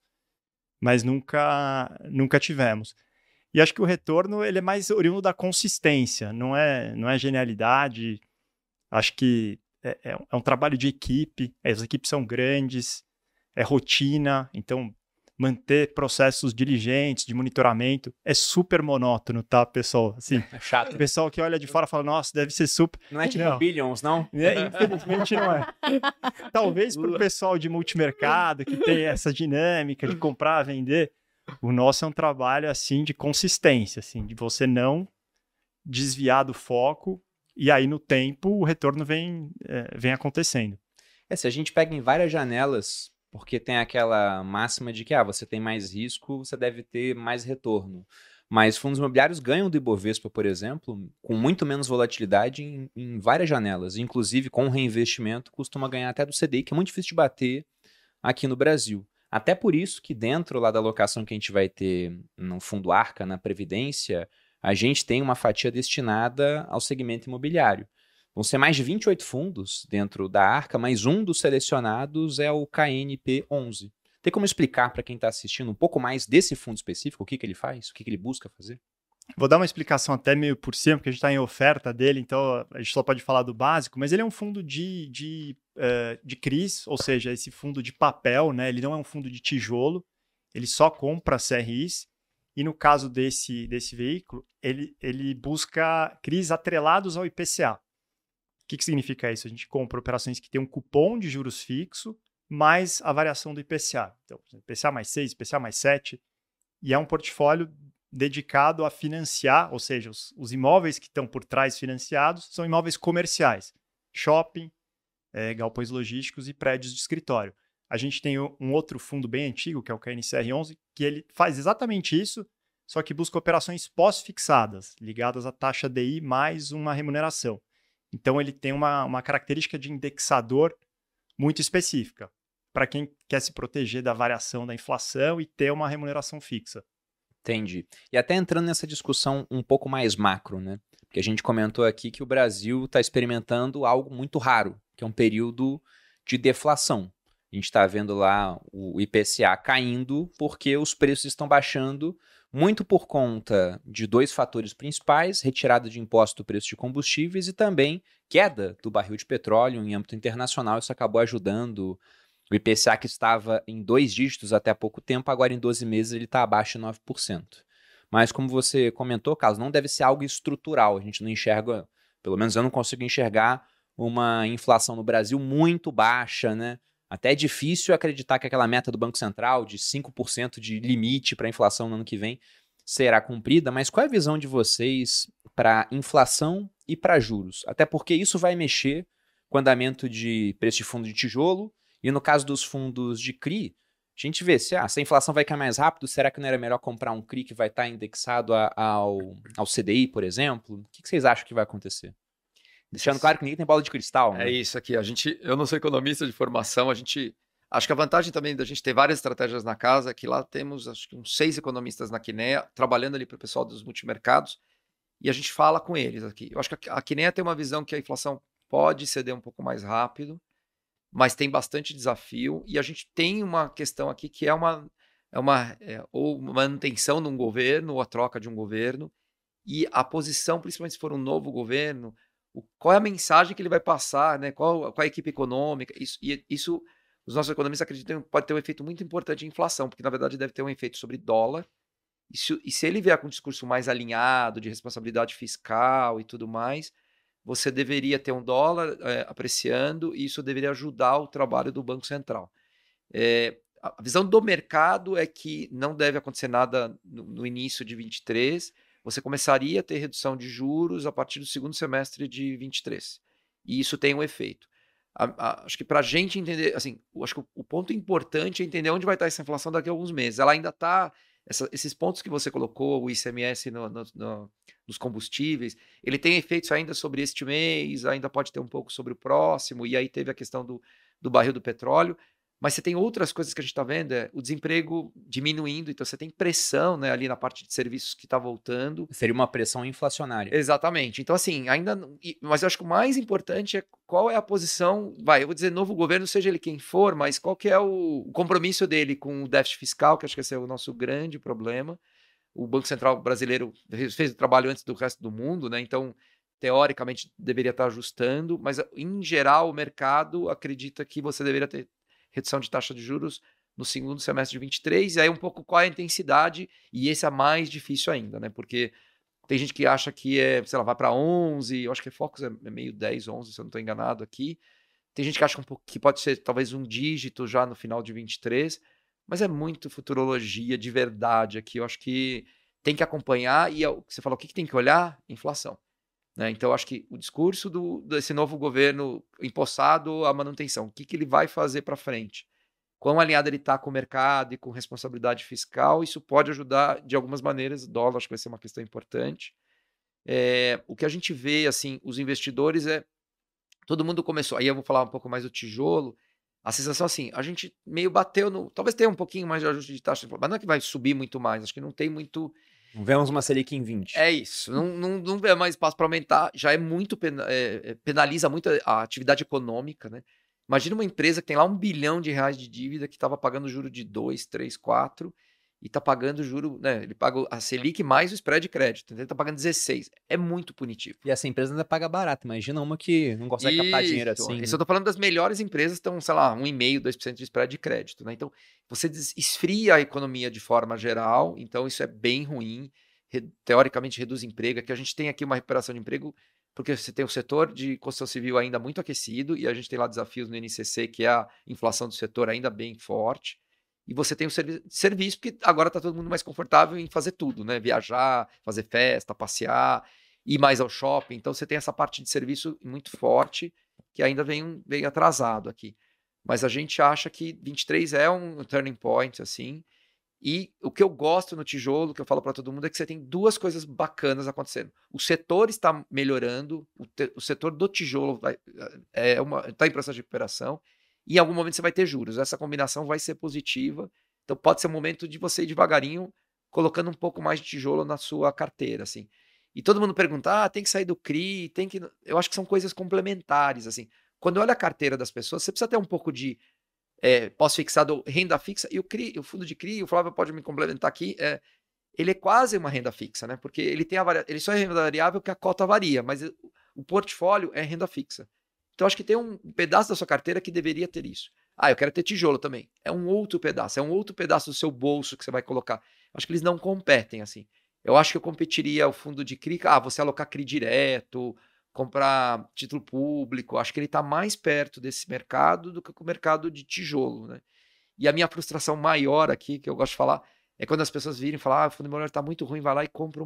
mas nunca tivemos. E acho que o retorno ele é mais oriundo da consistência, não é genialidade. Acho que é um trabalho de equipe, as equipes são grandes, é rotina, então manter processos diligentes de monitoramento é super monótono, tá, pessoal? Assim, é chato. O pessoal que olha de fora fala, nossa, deve ser super... Não é tipo Billions, não? Infelizmente não é. Talvez para o pessoal de multimercado, que tem essa dinâmica de comprar, vender, o nosso é um trabalho assim de consistência, assim, de você não desviar do foco. E aí, no tempo, o retorno vem acontecendo. Se a gente pega em várias janelas, porque tem aquela máxima de que você tem mais risco, você deve ter mais retorno. Mas fundos imobiliários ganham do Ibovespa, por exemplo, com muito menos volatilidade em várias janelas. Inclusive, com reinvestimento, costuma ganhar até do CDI, que é muito difícil de bater aqui no Brasil. Até por isso que dentro lá da alocação que a gente vai ter no fundo Arca, na Previdência, a gente tem uma fatia destinada ao segmento imobiliário. Vão ser mais de 28 fundos dentro da Arca, mas um dos selecionados é o KNP11. Tem como explicar para quem está assistindo um pouco mais desse fundo específico, o que ele faz, o que ele busca fazer? Vou dar uma explicação até meio por cima, porque a gente está em oferta dele, então a gente só pode falar do básico, mas ele é um fundo de CRIs, ou seja, esse fundo de papel, né? Ele não é um fundo de tijolo, ele só compra CRIs. E no caso desse veículo, ele busca CRIs atrelados ao IPCA. O que significa isso? A gente compra operações que têm um cupom de juros fixo mais a variação do IPCA. Então, IPCA mais 6, IPCA mais 7. E é um portfólio dedicado a financiar, ou seja, os imóveis que estão por trás financiados são imóveis comerciais. Shopping, galpões logísticos e prédios de escritório. A gente tem um outro fundo bem antigo, que é o KNCR11, que ele faz exatamente isso, só que busca operações pós-fixadas, ligadas à taxa DI mais uma remuneração. Então, ele tem uma característica de indexador muito específica, para quem quer se proteger da variação da inflação e ter uma remuneração fixa. Entendi. E até entrando nessa discussão um pouco mais macro, né? Porque a gente comentou aqui que o Brasil está experimentando algo muito raro, que é um período de deflação. A gente está vendo lá o IPCA caindo porque os preços estão baixando, muito por conta de dois fatores principais: retirada de imposto do preço de combustíveis e também queda do barril de petróleo em âmbito internacional. Isso acabou ajudando o IPCA, que estava em 2 dígitos até há pouco tempo, agora em 12 meses ele está abaixo de 9%. Mas como você comentou, Carlos, não deve ser algo estrutural. A gente não enxerga, pelo menos eu não consigo enxergar uma inflação no Brasil muito baixa, né? Até é difícil acreditar que aquela meta do Banco Central de 5% de limite para a inflação no ano que vem será cumprida, mas qual é a visão de vocês para inflação e para juros? Até porque isso vai mexer com o andamento de preço de fundo de tijolo e no caso dos fundos de CRI, a gente vê se a inflação vai cair mais rápido, será que não era melhor comprar um CRI que vai estar indexado ao CDI, por exemplo? O que vocês acham que vai acontecer? Deixando claro que ninguém tem bola de cristal, né? É isso aqui. Eu não sou economista de formação, acho que a vantagem também da gente ter várias estratégias na casa é que lá temos, acho que uns 6 economistas na Kinea, trabalhando ali para o pessoal dos multimercados, e a gente fala com eles aqui. Eu acho que a Kinea tem uma visão que a inflação pode ceder um pouco mais rápido, mas tem bastante desafio, e a gente tem uma questão aqui que é ou manutenção de um governo, ou a troca de um governo, e a posição, principalmente se for um novo governo, qual é a mensagem que ele vai passar, né? Qual a equipe econômica, isso os nossos economistas acreditam que pode ter um efeito muito importante em inflação, porque na verdade deve ter um efeito sobre dólar, e se ele vier com um discurso mais alinhado, de responsabilidade fiscal e tudo mais, você deveria ter um dólar apreciando, e isso deveria ajudar o trabalho do Banco Central. A visão do mercado é que não deve acontecer nada no início de 23, você começaria a ter redução de juros a partir do segundo semestre de 23. E isso tem um efeito. Acho que para a gente entender, assim, acho que o ponto importante é entender onde vai estar essa inflação daqui a alguns meses. Ela ainda está, esses pontos que você colocou, o ICMS nos combustíveis, ele tem efeitos ainda sobre este mês, ainda pode ter um pouco sobre o próximo, e aí teve a questão do barril do petróleo. Mas você tem outras coisas que a gente está vendo, o desemprego diminuindo, então você tem pressão, né, ali na parte de serviços que está voltando. Seria uma pressão inflacionária. Exatamente. Então, assim, mas eu acho que o mais importante é qual é a posição, eu vou dizer novo governo, seja ele quem for, mas qual que é o compromisso dele com o déficit fiscal, que acho que esse é o nosso grande problema. O Banco Central brasileiro fez o trabalho antes do resto do mundo, né? Então, teoricamente, deveria estar ajustando, mas, em geral, o mercado acredita que você deveria ter redução de taxa de juros no segundo semestre de 23, e aí um pouco qual é a intensidade, e esse é mais difícil ainda, né? Porque tem gente que acha que vai para 11, eu acho que Focus é meio 10, 11, se eu não estou enganado aqui. Tem gente que acha que pode ser talvez um dígito já no final de 23, mas é muito futurologia de verdade aqui. Eu acho que tem que acompanhar, e você falou, o que tem que olhar? Inflação. Né? Então, eu acho que o discurso desse novo governo empossado à manutenção, o que ele vai fazer para frente? Quão alinhado ele está com o mercado e com responsabilidade fiscal, isso pode ajudar de algumas maneiras. O dólar acho que vai ser uma questão importante. O que a gente vê, assim, os investidores todo mundo começou, aí eu vou falar um pouco mais do tijolo, a sensação assim, a gente meio bateu talvez tenha um pouquinho mais de ajuste de taxa, mas não é que vai subir muito mais, acho que não tem muito... Não vemos uma Selic em 20. É isso, não vê mais espaço para aumentar, já é muito, penaliza muito a atividade econômica, né? Imagina uma empresa que tem lá R$1 bilhão de dívida, que estava pagando juro de 2, 3, 4, e está pagando juro, né? Ele paga a Selic mais o spread de crédito, então ele está pagando 16. É muito punitivo. E essa empresa ainda paga barato, imagina uma que não consegue captar dinheiro assim. Isso eu tô falando das melhores empresas, estão, sei lá, 1,5%, 2% de spread de crédito, né? Então, você esfria a economia de forma geral, então isso é bem ruim, teoricamente reduz emprego, é que a gente tem aqui uma recuperação de emprego, porque você tem o setor de construção civil ainda muito aquecido, e a gente tem lá desafios no INCC, que é a inflação do setor ainda bem forte, e você tem o serviço, porque agora está todo mundo mais confortável em fazer tudo, né? Viajar, fazer festa, passear, ir mais ao shopping. Então, você tem essa parte de serviço muito forte, que ainda vem atrasado aqui. Mas a gente acha que 23 é um turning point, assim. E o que eu gosto no tijolo, que eu falo para todo mundo, é que você tem duas coisas bacanas acontecendo. O setor está melhorando, o setor do tijolo está em processo de recuperação, e em algum momento você vai ter juros. Essa combinação vai ser positiva. Então pode ser um momento de você ir devagarinho colocando um pouco mais de tijolo na sua carteira, assim. E todo mundo pergunta, tem que sair do CRI, tem que... Eu acho que são coisas complementares, assim. Quando olha a carteira das pessoas, você precisa ter um pouco de pós-fixado, renda fixa, e o fundo de CRI, o Flávio pode me complementar aqui, ele é quase uma renda fixa, né? Porque ele ele só é renda variável que a cota varia, mas o portfólio é renda fixa. Então, acho que tem um pedaço da sua carteira que deveria ter isso. Eu quero ter tijolo também. É um outro pedaço do seu bolso que você vai colocar. Acho que eles não competem, assim. Eu acho que eu competiria o fundo de CRI, você alocar CRI direto, comprar título público. Acho que ele está mais perto desse mercado do que o mercado de tijolo, né? E a minha frustração maior aqui, que eu gosto de falar, é quando as pessoas virem e falam, o fundo imobiliário está muito ruim, vai lá e compra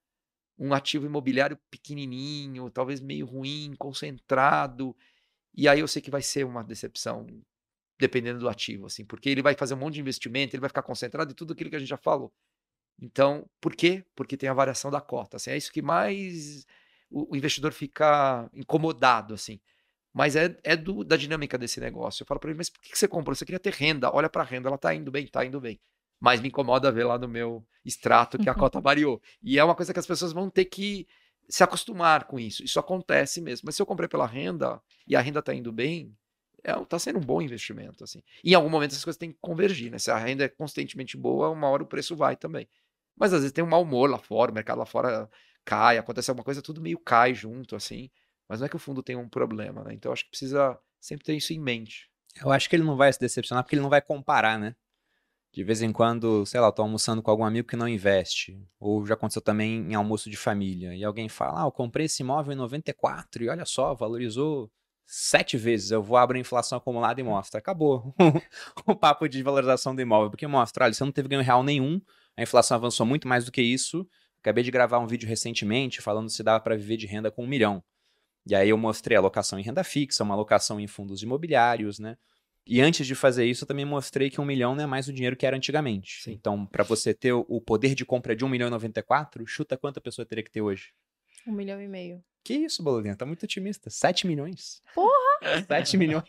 um ativo imobiliário pequenininho, talvez meio ruim, concentrado. E aí eu sei que vai ser uma decepção, dependendo do ativo, assim, porque ele vai fazer um monte de investimento, ele vai ficar concentrado em tudo aquilo que a gente já falou. Então, por quê? Porque tem a variação da cota. Assim, é isso que mais o investidor fica incomodado, assim. Mas da dinâmica desse negócio. Eu falo para ele, mas por que você comprou? Você queria ter renda. Olha para a renda, ela está indo bem, está indo bem. Mas me incomoda ver lá no meu extrato que a cota variou. E é uma coisa que as pessoas vão ter que se acostumar com isso. Isso acontece mesmo. Mas se eu comprei pela renda e a renda está indo bem, está sendo um bom investimento, assim. E em algum momento essas coisas têm que convergir, né? Se a renda é constantemente boa, uma hora o preço vai também. Mas às vezes tem um mau humor lá fora, o mercado lá fora cai, acontece alguma coisa, tudo meio cai junto, assim. Mas não é que o fundo tem um problema, né? Então acho que precisa sempre ter isso em mente. Eu acho que ele não vai se decepcionar porque ele não vai comparar, né? De vez em quando, sei lá, eu tô almoçando com algum amigo que não investe. Ou já aconteceu também em almoço de família. E alguém fala, eu comprei esse imóvel em 94 e olha só, valorizou 7 vezes. Eu vou abrir a inflação acumulada e mostra. Acabou o papo de valorização do imóvel. Porque mostra, olha, você não teve ganho real nenhum, a inflação avançou muito mais do que isso. Acabei de gravar um vídeo recentemente falando se dava para viver de renda com 1 milhão. E aí eu mostrei a alocação em renda fixa, uma alocação em fundos imobiliários, né? E antes de fazer isso, eu também mostrei que 1 milhão não é mais o dinheiro que era antigamente. Sim. Então, para você ter o poder de compra de 1 milhão e 94, chuta quanta pessoa teria que ter hoje? 1,5 milhão. Que isso, Bololinha? Tá muito otimista. 7 milhões. Porra! 7 milhões.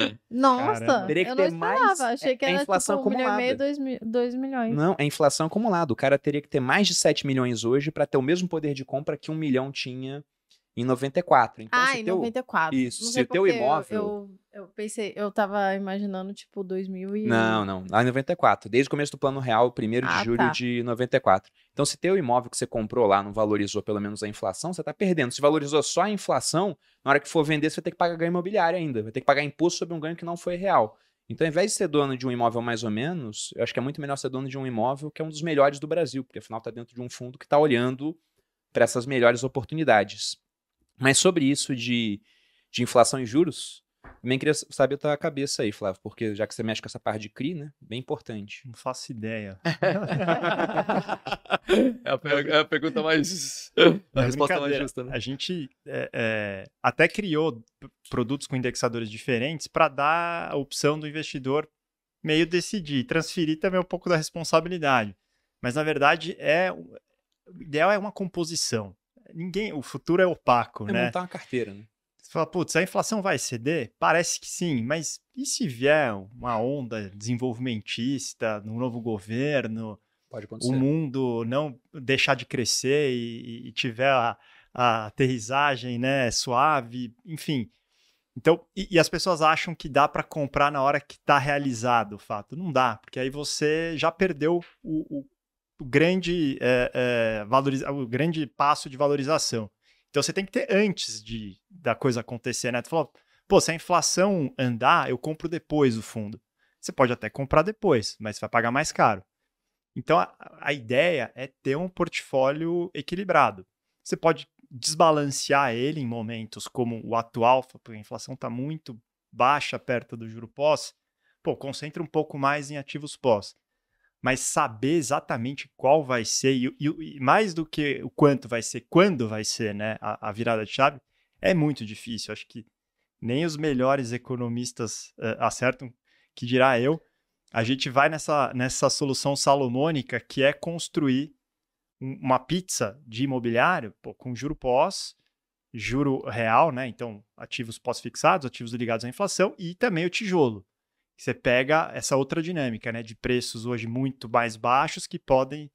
Nossa, Caramba. Teria que eu ter não esperava. mais, Achei que é era inflação tipo 1,5 acumulada. milhão, 2 milhões. Não, é inflação acumulada. O cara teria que ter mais de 7 milhões hoje para ter o mesmo poder de compra que 1 milhão tinha em 94. Então, Em 94. Isso, Não se sei o teu por quê, imóvel... Eu pensei, eu tava imaginando tipo 2000 e... Não, lá em 94. Desde o começo do plano real, 1º de julho tá. de 94. Então, se teu imóvel que você comprou lá não valorizou pelo menos a inflação, você tá perdendo. Se valorizou só a inflação, na hora que for vender, você vai ter que pagar ganho imobiliário ainda. Vai ter que pagar imposto sobre um ganho que não foi real. Então, ao invés de ser dono de um imóvel mais ou menos, eu acho que é muito melhor ser dono de um imóvel que é um dos melhores do Brasil, porque afinal tá dentro de um fundo que tá olhando para essas melhores oportunidades. Mas sobre isso de inflação e juros, também queria saber a tua cabeça aí, Flávio, porque já que você mexe com essa parte de CRI, né? Bem importante. Não faço ideia. É a pergunta mais... É a resposta mais brincadeira. justa, né? A gente até criou produtos com indexadores diferentes para dar a opção do investidor meio decidir, transferir também um pouco da responsabilidade. Mas, na verdade, o ideal é uma composição. O futuro é opaco, né? Montar uma carteira, né? Você fala, putz, a inflação vai ceder? Parece que sim, mas e se vier uma onda desenvolvimentista no novo governo, Pode acontecer. o mundo não deixar de crescer e tiver a aterrissagem, né, suave, enfim. Então, e as pessoas acham que dá para comprar na hora que está realizado o fato. Não dá, porque aí você já perdeu o grande o grande passo de valorização. Então você tem que ter antes da coisa acontecer, né? Tu falou, pô, se a inflação andar, eu compro depois o fundo. Você pode até comprar depois, mas vai pagar mais caro. Então a ideia é ter um portfólio equilibrado. Você pode desbalancear ele em momentos como o atual, porque a inflação está muito baixa perto do juro pós, pô, concentra um pouco mais em ativos pós. Mas saber exatamente qual vai ser, e mais do que o quanto vai ser, quando vai ser, né, a virada de chave, é muito difícil. Acho que nem os melhores economistas acertam, que dirá eu. A gente vai nessa solução salomônica, que é construir uma pizza de imobiliário com juro pós, juro real, né? Então, ativos pós-fixados, ativos ligados à inflação, e também o tijolo. Você pega essa outra dinâmica, né, de preços hoje muito mais baixos que podem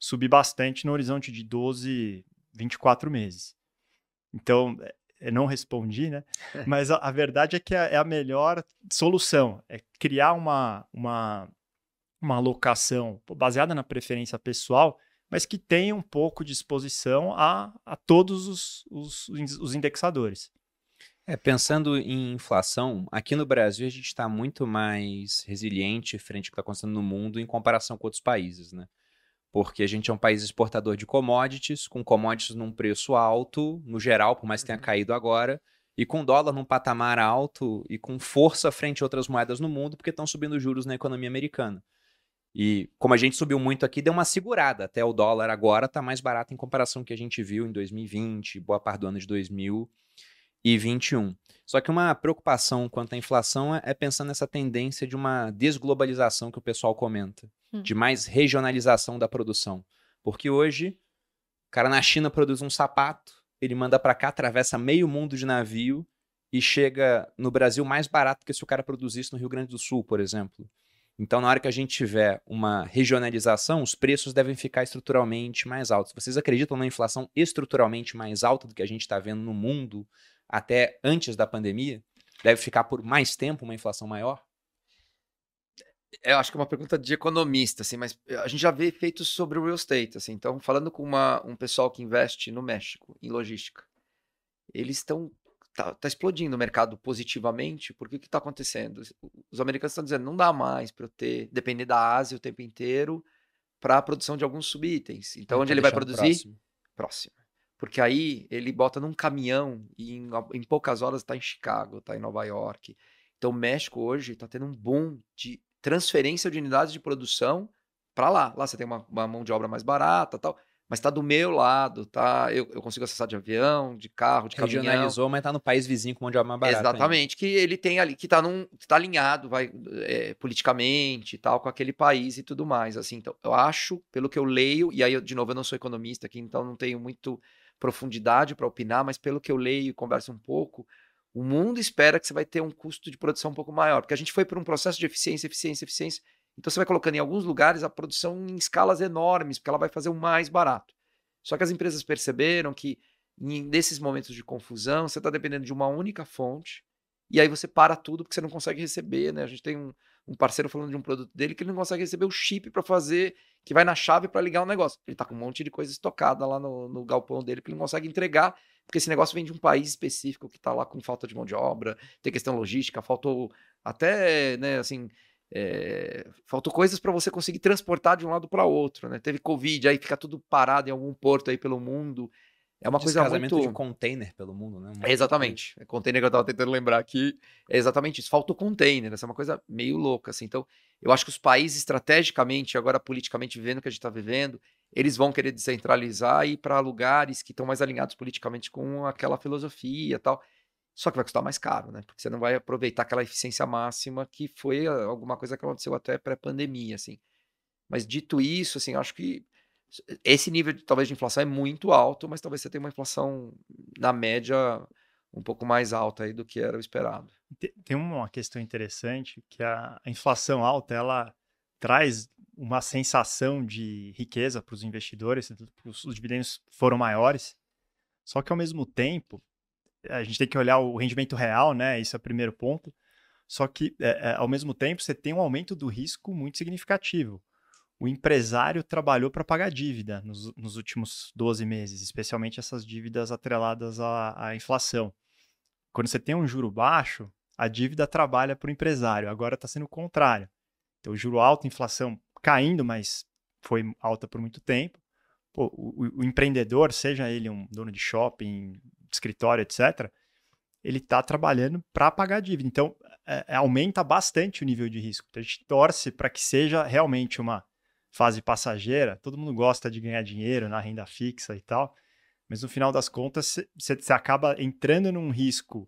subir bastante no horizonte de 12, 24 meses. Então, eu não respondi, né? Mas a verdade é que é a melhor solução, é criar uma alocação baseada na preferência pessoal, mas que tenha um pouco de exposição a todos os indexadores. Pensando em inflação, aqui no Brasil a gente está muito mais resiliente frente ao que está acontecendo no mundo em comparação com outros países, né? Porque a gente é um país exportador de commodities, com commodities num preço alto, no geral, por mais que tenha caído agora, e com dólar num patamar alto e com força frente a outras moedas no mundo, porque estão subindo juros na economia americana. E como a gente subiu muito aqui, deu uma segurada. Até o dólar agora está mais barato em comparação com o que a gente viu em 2020, boa parte do ano de 2021. Só que uma preocupação quanto à inflação é pensando nessa tendência de uma desglobalização que o pessoal comenta, de mais regionalização da produção. Porque hoje, o cara na China produz um sapato, ele manda para cá, atravessa meio mundo de navio e chega no Brasil mais barato que se o cara produzisse no Rio Grande do Sul, por exemplo. Então, na hora que a gente tiver uma regionalização, os preços devem ficar estruturalmente mais altos. Vocês acreditam na inflação estruturalmente mais alta do que a gente está vendo no mundo até antes da pandemia? Deve ficar por mais tempo uma inflação maior? Eu acho que é uma pergunta de economista, assim, mas a gente já vê efeitos sobre o real estate, assim. Então, falando com um pessoal que investe no México, em logística, eles estão... Tá explodindo o mercado positivamente, porque o que está acontecendo? Os americanos estão dizendo, não dá mais para eu depender da Ásia o tempo inteiro para a produção de alguns subitens. Então, onde ele vai produzir? Próximo. Porque aí ele bota num caminhão e em poucas horas está em Chicago, está em Nova York. Então, o México hoje está tendo um boom de transferência de unidades de produção para lá. Lá você tem uma mão de obra mais barata, tal, mas está do meu lado, tá? Eu consigo acessar de avião, de carro, de caminhão. Regionalizou, mas está no país vizinho com mão de obra mais barata. Exatamente, que ele tem ali, que tá alinhado, politicamente e tal, com aquele país e tudo mais, assim. Então, eu acho, pelo que eu leio, e aí, de novo, eu não sou economista aqui, então não tenho muito profundidade para opinar, mas pelo que eu leio e converso um pouco, o mundo espera que você vai ter um custo de produção um pouco maior, porque a gente foi por um processo de eficiência, então você vai colocando em alguns lugares a produção em escalas enormes, porque ela vai fazer o mais barato. Só que as empresas perceberam que nesses momentos de confusão, você está dependendo de uma única fonte, e aí você para tudo porque você não consegue receber, né? A gente tem um parceiro falando de um produto dele que ele não consegue receber o chip para fazer, que vai na chave para ligar o negócio. Ele está com um monte de coisa estocada lá no galpão dele que ele não consegue entregar, porque esse negócio vem de um país específico que está lá com falta de mão de obra, tem questão logística, faltou até, né, assim... faltou coisas para você conseguir transportar de um lado para outro, né? Teve Covid, aí fica tudo parado em algum porto aí pelo mundo. É uma coisa muito... de container pelo mundo, né? Exatamente. É container que eu tava tentando lembrar aqui. É exatamente isso. Faltou container. Essa é uma coisa meio louca, assim. Então, eu acho que os países, estrategicamente, agora politicamente vivendo o que a gente está vivendo, eles vão querer descentralizar e ir para lugares que estão mais alinhados politicamente com aquela filosofia e tal. Só que vai custar mais caro, né? Porque você não vai aproveitar aquela eficiência máxima que foi alguma coisa que aconteceu até pré-pandemia, assim. Mas dito isso, assim, eu acho que esse nível, talvez, de inflação é muito alto, mas talvez você tenha uma inflação, na média, um pouco mais alta aí do que era o esperado. Tem uma questão interessante, que a inflação alta, ela traz uma sensação de riqueza para os investidores, os dividendos foram maiores, só que, ao mesmo tempo, a gente tem que olhar o rendimento real, né? Isso é o primeiro ponto. Só que, ao mesmo tempo, você tem um aumento do risco muito significativo. O empresário trabalhou para pagar dívida nos últimos 12 meses, especialmente essas dívidas atreladas à inflação. Quando você tem um juro baixo, a dívida trabalha para o empresário. Agora está sendo o contrário. Então, o juro alto, a inflação caindo, mas foi alta por muito tempo. Pô, o empreendedor, seja ele um dono de shopping, escritório, etc., ele está trabalhando para pagar a dívida. Então, aumenta bastante o nível de risco. Então, a gente torce para que seja realmente uma fase passageira. Todo mundo gosta de ganhar dinheiro na renda fixa e tal, mas no final das contas, você acaba entrando num risco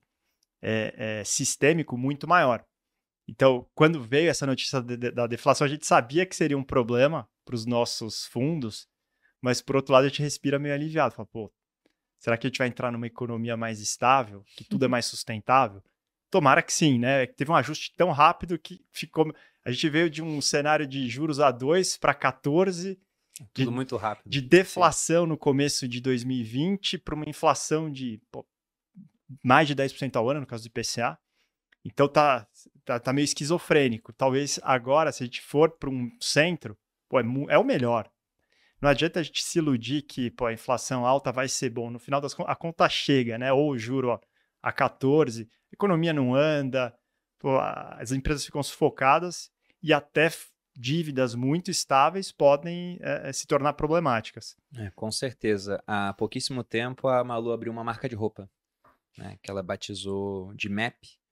sistêmico muito maior. Então, quando veio essa notícia da deflação, a gente sabia que seria um problema para os nossos fundos, mas, por outro lado, a gente respira meio aliviado. Fala, pô, será que a gente vai entrar numa economia mais estável, que tudo é mais sustentável? Tomara que sim, né? Teve um ajuste tão rápido que ficou... A gente veio de um cenário de juros a 2 para 14 Tudo muito rápido. De deflação no começo de 2020 para uma inflação de mais de 10% ao ano, no caso do IPCA. Então tá meio esquizofrênico. Talvez agora, se a gente for para um centro, é o melhor. Não adianta a gente se iludir que a inflação alta vai ser bom. No final das contas, a conta chega, né? Ou o juro a 14, a economia não anda, as empresas ficam sufocadas e até dívidas muito estáveis podem se tornar problemáticas. Com certeza. Há pouquíssimo tempo, a Malu abriu uma marca de roupa, né, que ela batizou de MAP,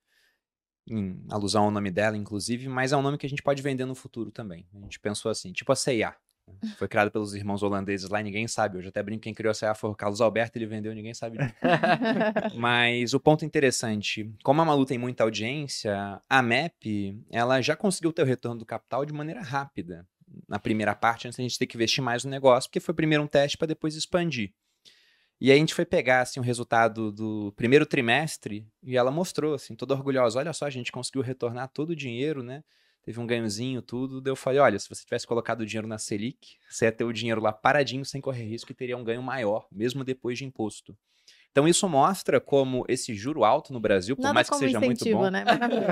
em alusão ao nome dela, inclusive, mas é um nome que a gente pode vender no futuro também. A gente pensou assim, tipo a C&A. Foi criado pelos irmãos holandeses lá e ninguém sabe. Hoje até brinco, quem criou a C&A foi o Carlos Alberto, ele vendeu, ninguém sabe disso. Mas o ponto interessante, como a Malu tem muita audiência, a MAP, ela já conseguiu ter o retorno do capital de maneira rápida. Na primeira parte, antes da gente ter que investir mais no negócio, porque foi primeiro um teste para depois expandir. E aí a gente foi pegar assim, o resultado do primeiro trimestre e ela mostrou, assim, toda orgulhosa, olha só, a gente conseguiu retornar todo o dinheiro, né? Teve um ganhozinho, tudo. Daí eu falei, olha, se você tivesse colocado o dinheiro na Selic, você ia ter o dinheiro lá paradinho, sem correr risco, e teria um ganho maior, mesmo depois de imposto. Então isso mostra como esse juro alto no Brasil, por Nada mais que seja muito bom... né?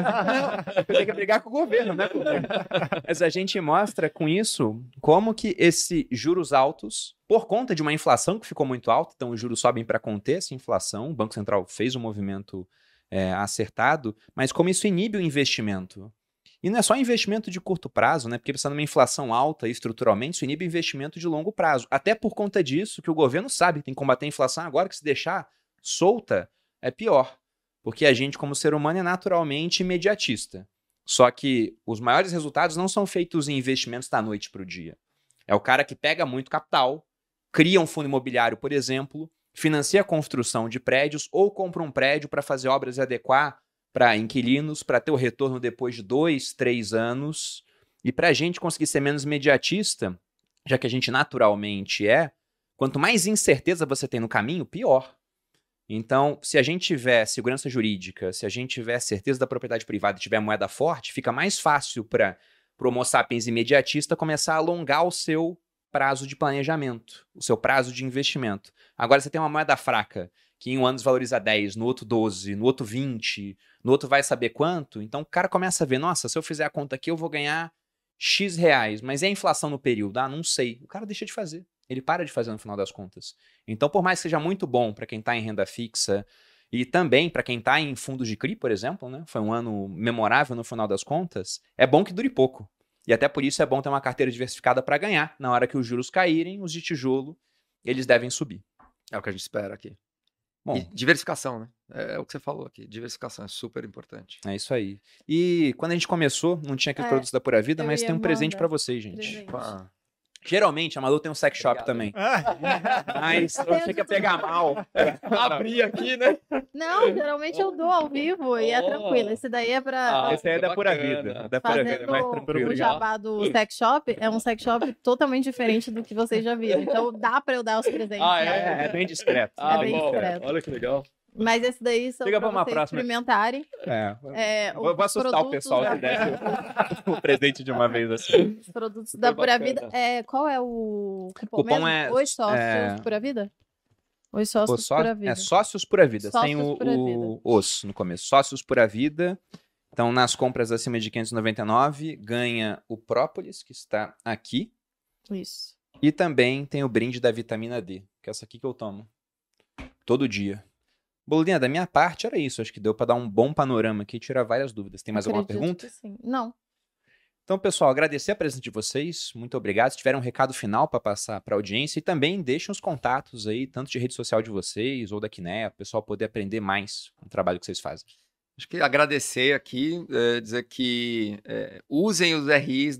Tem que brigar com o governo, né? Mas a gente mostra com isso como que esses juros altos, por conta de uma inflação que ficou muito alta, então os juros sobem para conter essa inflação, o Banco Central fez um movimento acertado, mas como isso inibe o investimento. E não é só investimento de curto prazo, né? Porque pensando numa inflação alta estruturalmente, isso inibe investimento de longo prazo. Até por conta disso que o governo sabe que tem que combater a inflação agora, que se deixar solta é pior. Porque a gente, como ser humano, é naturalmente imediatista. Só que os maiores resultados não são feitos em investimentos da noite para o dia. É o cara que pega muito capital, cria um fundo imobiliário, por exemplo, financia a construção de prédios ou compra um prédio para fazer obras e adequar para inquilinos, para ter o retorno depois de 2, 3 anos. E para a gente conseguir ser menos imediatista, já que a gente naturalmente quanto mais incerteza você tem no caminho, pior. Então, se a gente tiver segurança jurídica, se a gente tiver certeza da propriedade privada e tiver moeda forte, fica mais fácil para o Homo sapiens imediatista começar a alongar o seu prazo de planejamento, o seu prazo de investimento. Agora, você tem uma moeda fraca, que em um ano desvaloriza 10, no outro 12, no outro 20, no outro vai saber quanto, então o cara começa a ver, nossa, se eu fizer a conta aqui eu vou ganhar X reais, mas e a inflação no período? Ah, não sei. O cara deixa de fazer, ele para de fazer no final das contas. Então, por mais que seja muito bom para quem está em renda fixa e também para quem está em fundos de CRI, por exemplo, né? Foi um ano memorável no final das contas, é bom que dure pouco. E até por isso é bom ter uma carteira diversificada para ganhar. Na hora que os juros caírem, os de tijolo, eles devem subir. É o que a gente espera aqui. Bom, e diversificação, né? É o que você falou aqui. Diversificação é super importante. É isso aí. E quando a gente começou, não tinha aqueles produtos da Pura Vida, mas tem um presente para vocês, gente. Presente. Geralmente, a Malu tem um sex shop também. Mas não fica pegar mal. Abrir aqui, né? Não, geralmente eu dou ao vivo e é tranquilo. Esse daí é pra... Esse aí é da Pura Vida. Da Pura Vida, é mais tranquilo. O jabá do sex shop é um sex shop totalmente diferente do que vocês já viram. Então dá pra eu dar os presentes. É bem discreto. É bem discreto. Olha que legal. Mas esse daí são Fica pra pra uma vocês próxima. experimentarem. Vou assustar o pessoal que desse o presente de uma vez assim. Os produtos da Pura Vida. Qual é o cupom Cupom mesmo? Os sócios Pura Vida? Os sócios Pura Vida. É Sócios Pura Vida. Sócios Tem Pura Vida. os no começo. Sócios Pura Vida. Então, nas compras acima de 599, ganha o própolis, que está aqui. Isso. E também tem o brinde da vitamina D, que é essa aqui que eu tomo todo dia. Bololinha, da minha parte era isso. Acho que deu para dar um bom panorama aqui e tirar várias dúvidas. Tem mais alguma pergunta? Sim. Não. Então, pessoal, agradecer a presença de vocês. Muito obrigado. Se tiver um recado final para passar para a audiência, e também deixem os contatos aí, tanto de rede social de vocês ou da Kinea, para o pessoal poder aprender mais com o trabalho que vocês fazem. Acho que agradecer aqui, dizer que usem os RIs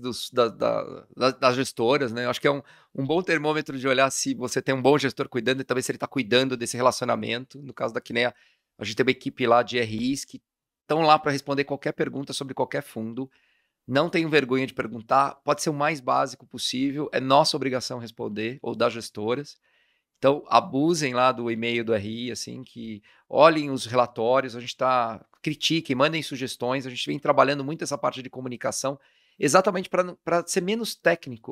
das gestoras, né? Acho que é um bom termômetro de olhar se você tem um bom gestor cuidando e talvez se ele está cuidando desse relacionamento. No caso da Kinea, a gente tem uma equipe lá de RIs que estão lá para responder qualquer pergunta sobre qualquer fundo. Não tenham vergonha de perguntar, pode ser o mais básico possível, é nossa obrigação responder, ou das gestoras. Então, abusem lá do e-mail do RI, assim, que olhem os relatórios, critiquem, mandem sugestões, a gente vem trabalhando muito essa parte de comunicação, exatamente para ser menos técnico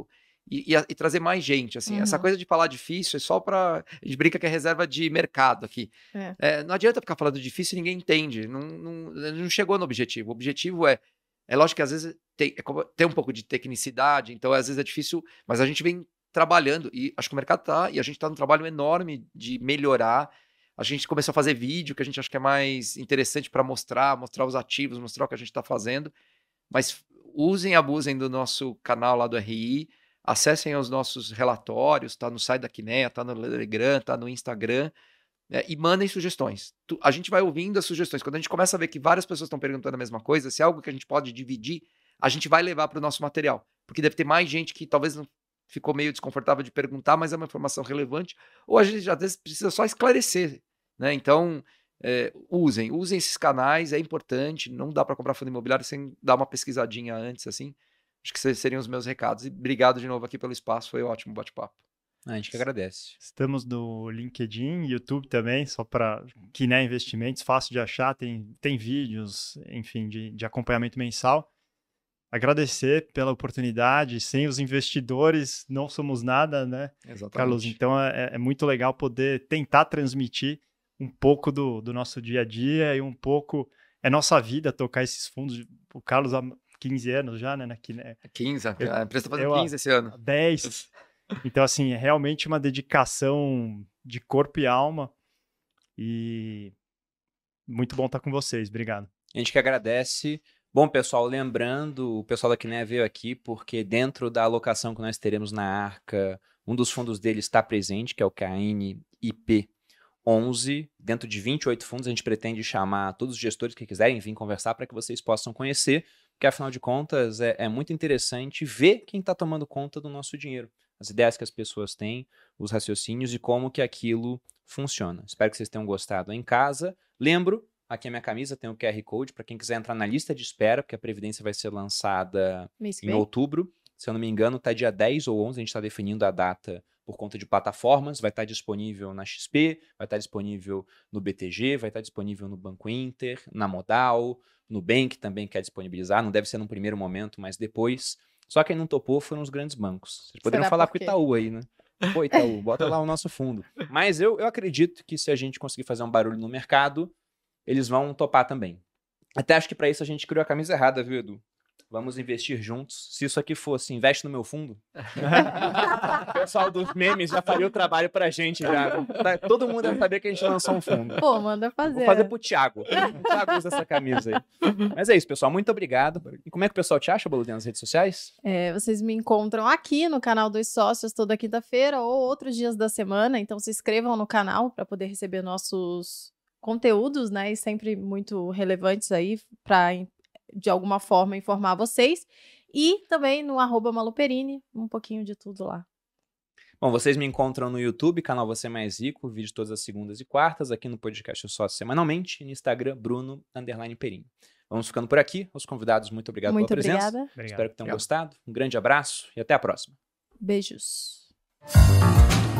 e trazer mais gente, assim. Essa coisa de falar difícil é só pra... A gente brinca que é reserva de mercado aqui. Não adianta ficar falando difícil e ninguém entende. Não chegou no objetivo. O objetivo é lógico que às vezes tem um pouco de tecnicidade, então às vezes é difícil, mas a gente vem trabalhando, e acho que o mercado e a gente tá num trabalho enorme de melhorar. A gente começou a fazer vídeo, que a gente acha que é mais interessante para mostrar os ativos, mostrar o que a gente está fazendo. Mas abusem do nosso canal lá do RI, acessem os nossos relatórios, tá no site da Kinea, tá no Telegram, tá no Instagram, e mandem sugestões. A gente vai ouvindo as sugestões. Quando a gente começa a ver que várias pessoas estão perguntando a mesma coisa, se é algo que a gente pode dividir, a gente vai levar para o nosso material. Porque deve ter mais gente que talvez não ficou meio desconfortável de perguntar, mas é uma informação relevante, ou a gente às vezes precisa só esclarecer, né? Então, usem esses canais, é importante, não dá para comprar fundo imobiliário sem dar uma pesquisadinha antes, assim. Acho que esses seriam os meus recados. E obrigado de novo aqui pelo espaço, foi ótimo o bate-papo. A gente que agradece. Estamos no LinkedIn, YouTube também, só para Kinea Investimentos, fácil de achar, tem vídeos, enfim, de acompanhamento mensal. Agradecer pela oportunidade, sem os investidores não somos nada, né, Exatamente. Carlos? Então é muito legal poder tentar transmitir um pouco do nosso dia a dia e um pouco nossa vida tocar esses fundos. O Carlos há 15 anos já, né? 15, a empresa está fazendo 15 esse ano. 10. Então, assim, é realmente uma dedicação de corpo e alma e muito bom estar com vocês. Obrigado. A gente que agradece. Bom, pessoal, lembrando, o pessoal da Kinea veio aqui porque dentro da alocação que nós teremos na Arca, um dos fundos dele está presente, que é o KNIP 11. Dentro de 28 fundos, a gente pretende chamar todos os gestores que quiserem vir conversar para que vocês possam conhecer, porque afinal de contas é muito interessante ver quem está tomando conta do nosso dinheiro. As ideias que as pessoas têm, os raciocínios e como que aquilo funciona. Espero que vocês tenham gostado em casa. Lembro, aqui a minha camisa tem o QR Code para quem quiser entrar na lista de espera, porque a Previdência vai ser lançada em outubro. Se eu não me engano, está dia 10 ou 11, a gente está definindo a data por conta de plataformas. Vai estar disponível na XP, vai estar disponível no BTG, vai estar disponível no Banco Inter, na Modal, no Nubank também quer disponibilizar. Não deve ser num primeiro momento, mas depois. Só quem não topou foram os grandes bancos. Vocês poderiam falar com o Itaú aí, né? Pô, Itaú, bota lá o nosso fundo. Mas eu acredito que se a gente conseguir fazer um barulho no mercado, eles vão topar também. Até acho que para isso a gente criou a camisa errada, viu, Edu? Vamos investir juntos. Se isso aqui fosse investe no meu fundo, o pessoal dos memes já faria o trabalho pra gente já. Todo mundo deve saber que a gente lançou um fundo. Pô, manda fazer. Vou fazer pro Thiago. O Thiago usa essa camisa aí. Mas é isso, pessoal. Muito obrigado. E como é que o pessoal te acha, Boludinha, nas redes sociais? Vocês me encontram aqui no canal dos Sócios toda quinta-feira ou outros dias da semana. Então se inscrevam no canal para poder receber nossos conteúdos, né? E sempre muito relevantes aí para de alguma forma informar vocês, e também no @maluperini, um pouquinho de tudo lá. Bom, vocês me encontram no YouTube, canal Você Mais Rico, vídeo todas as segundas e quartas, aqui no podcast Sócio semanalmente, e no Instagram, Bruno_Perini. Vamos ficando por aqui, os convidados, muito obrigado pela presença. Obrigada. Espero que tenham gostado, um grande abraço e até a próxima. Beijos.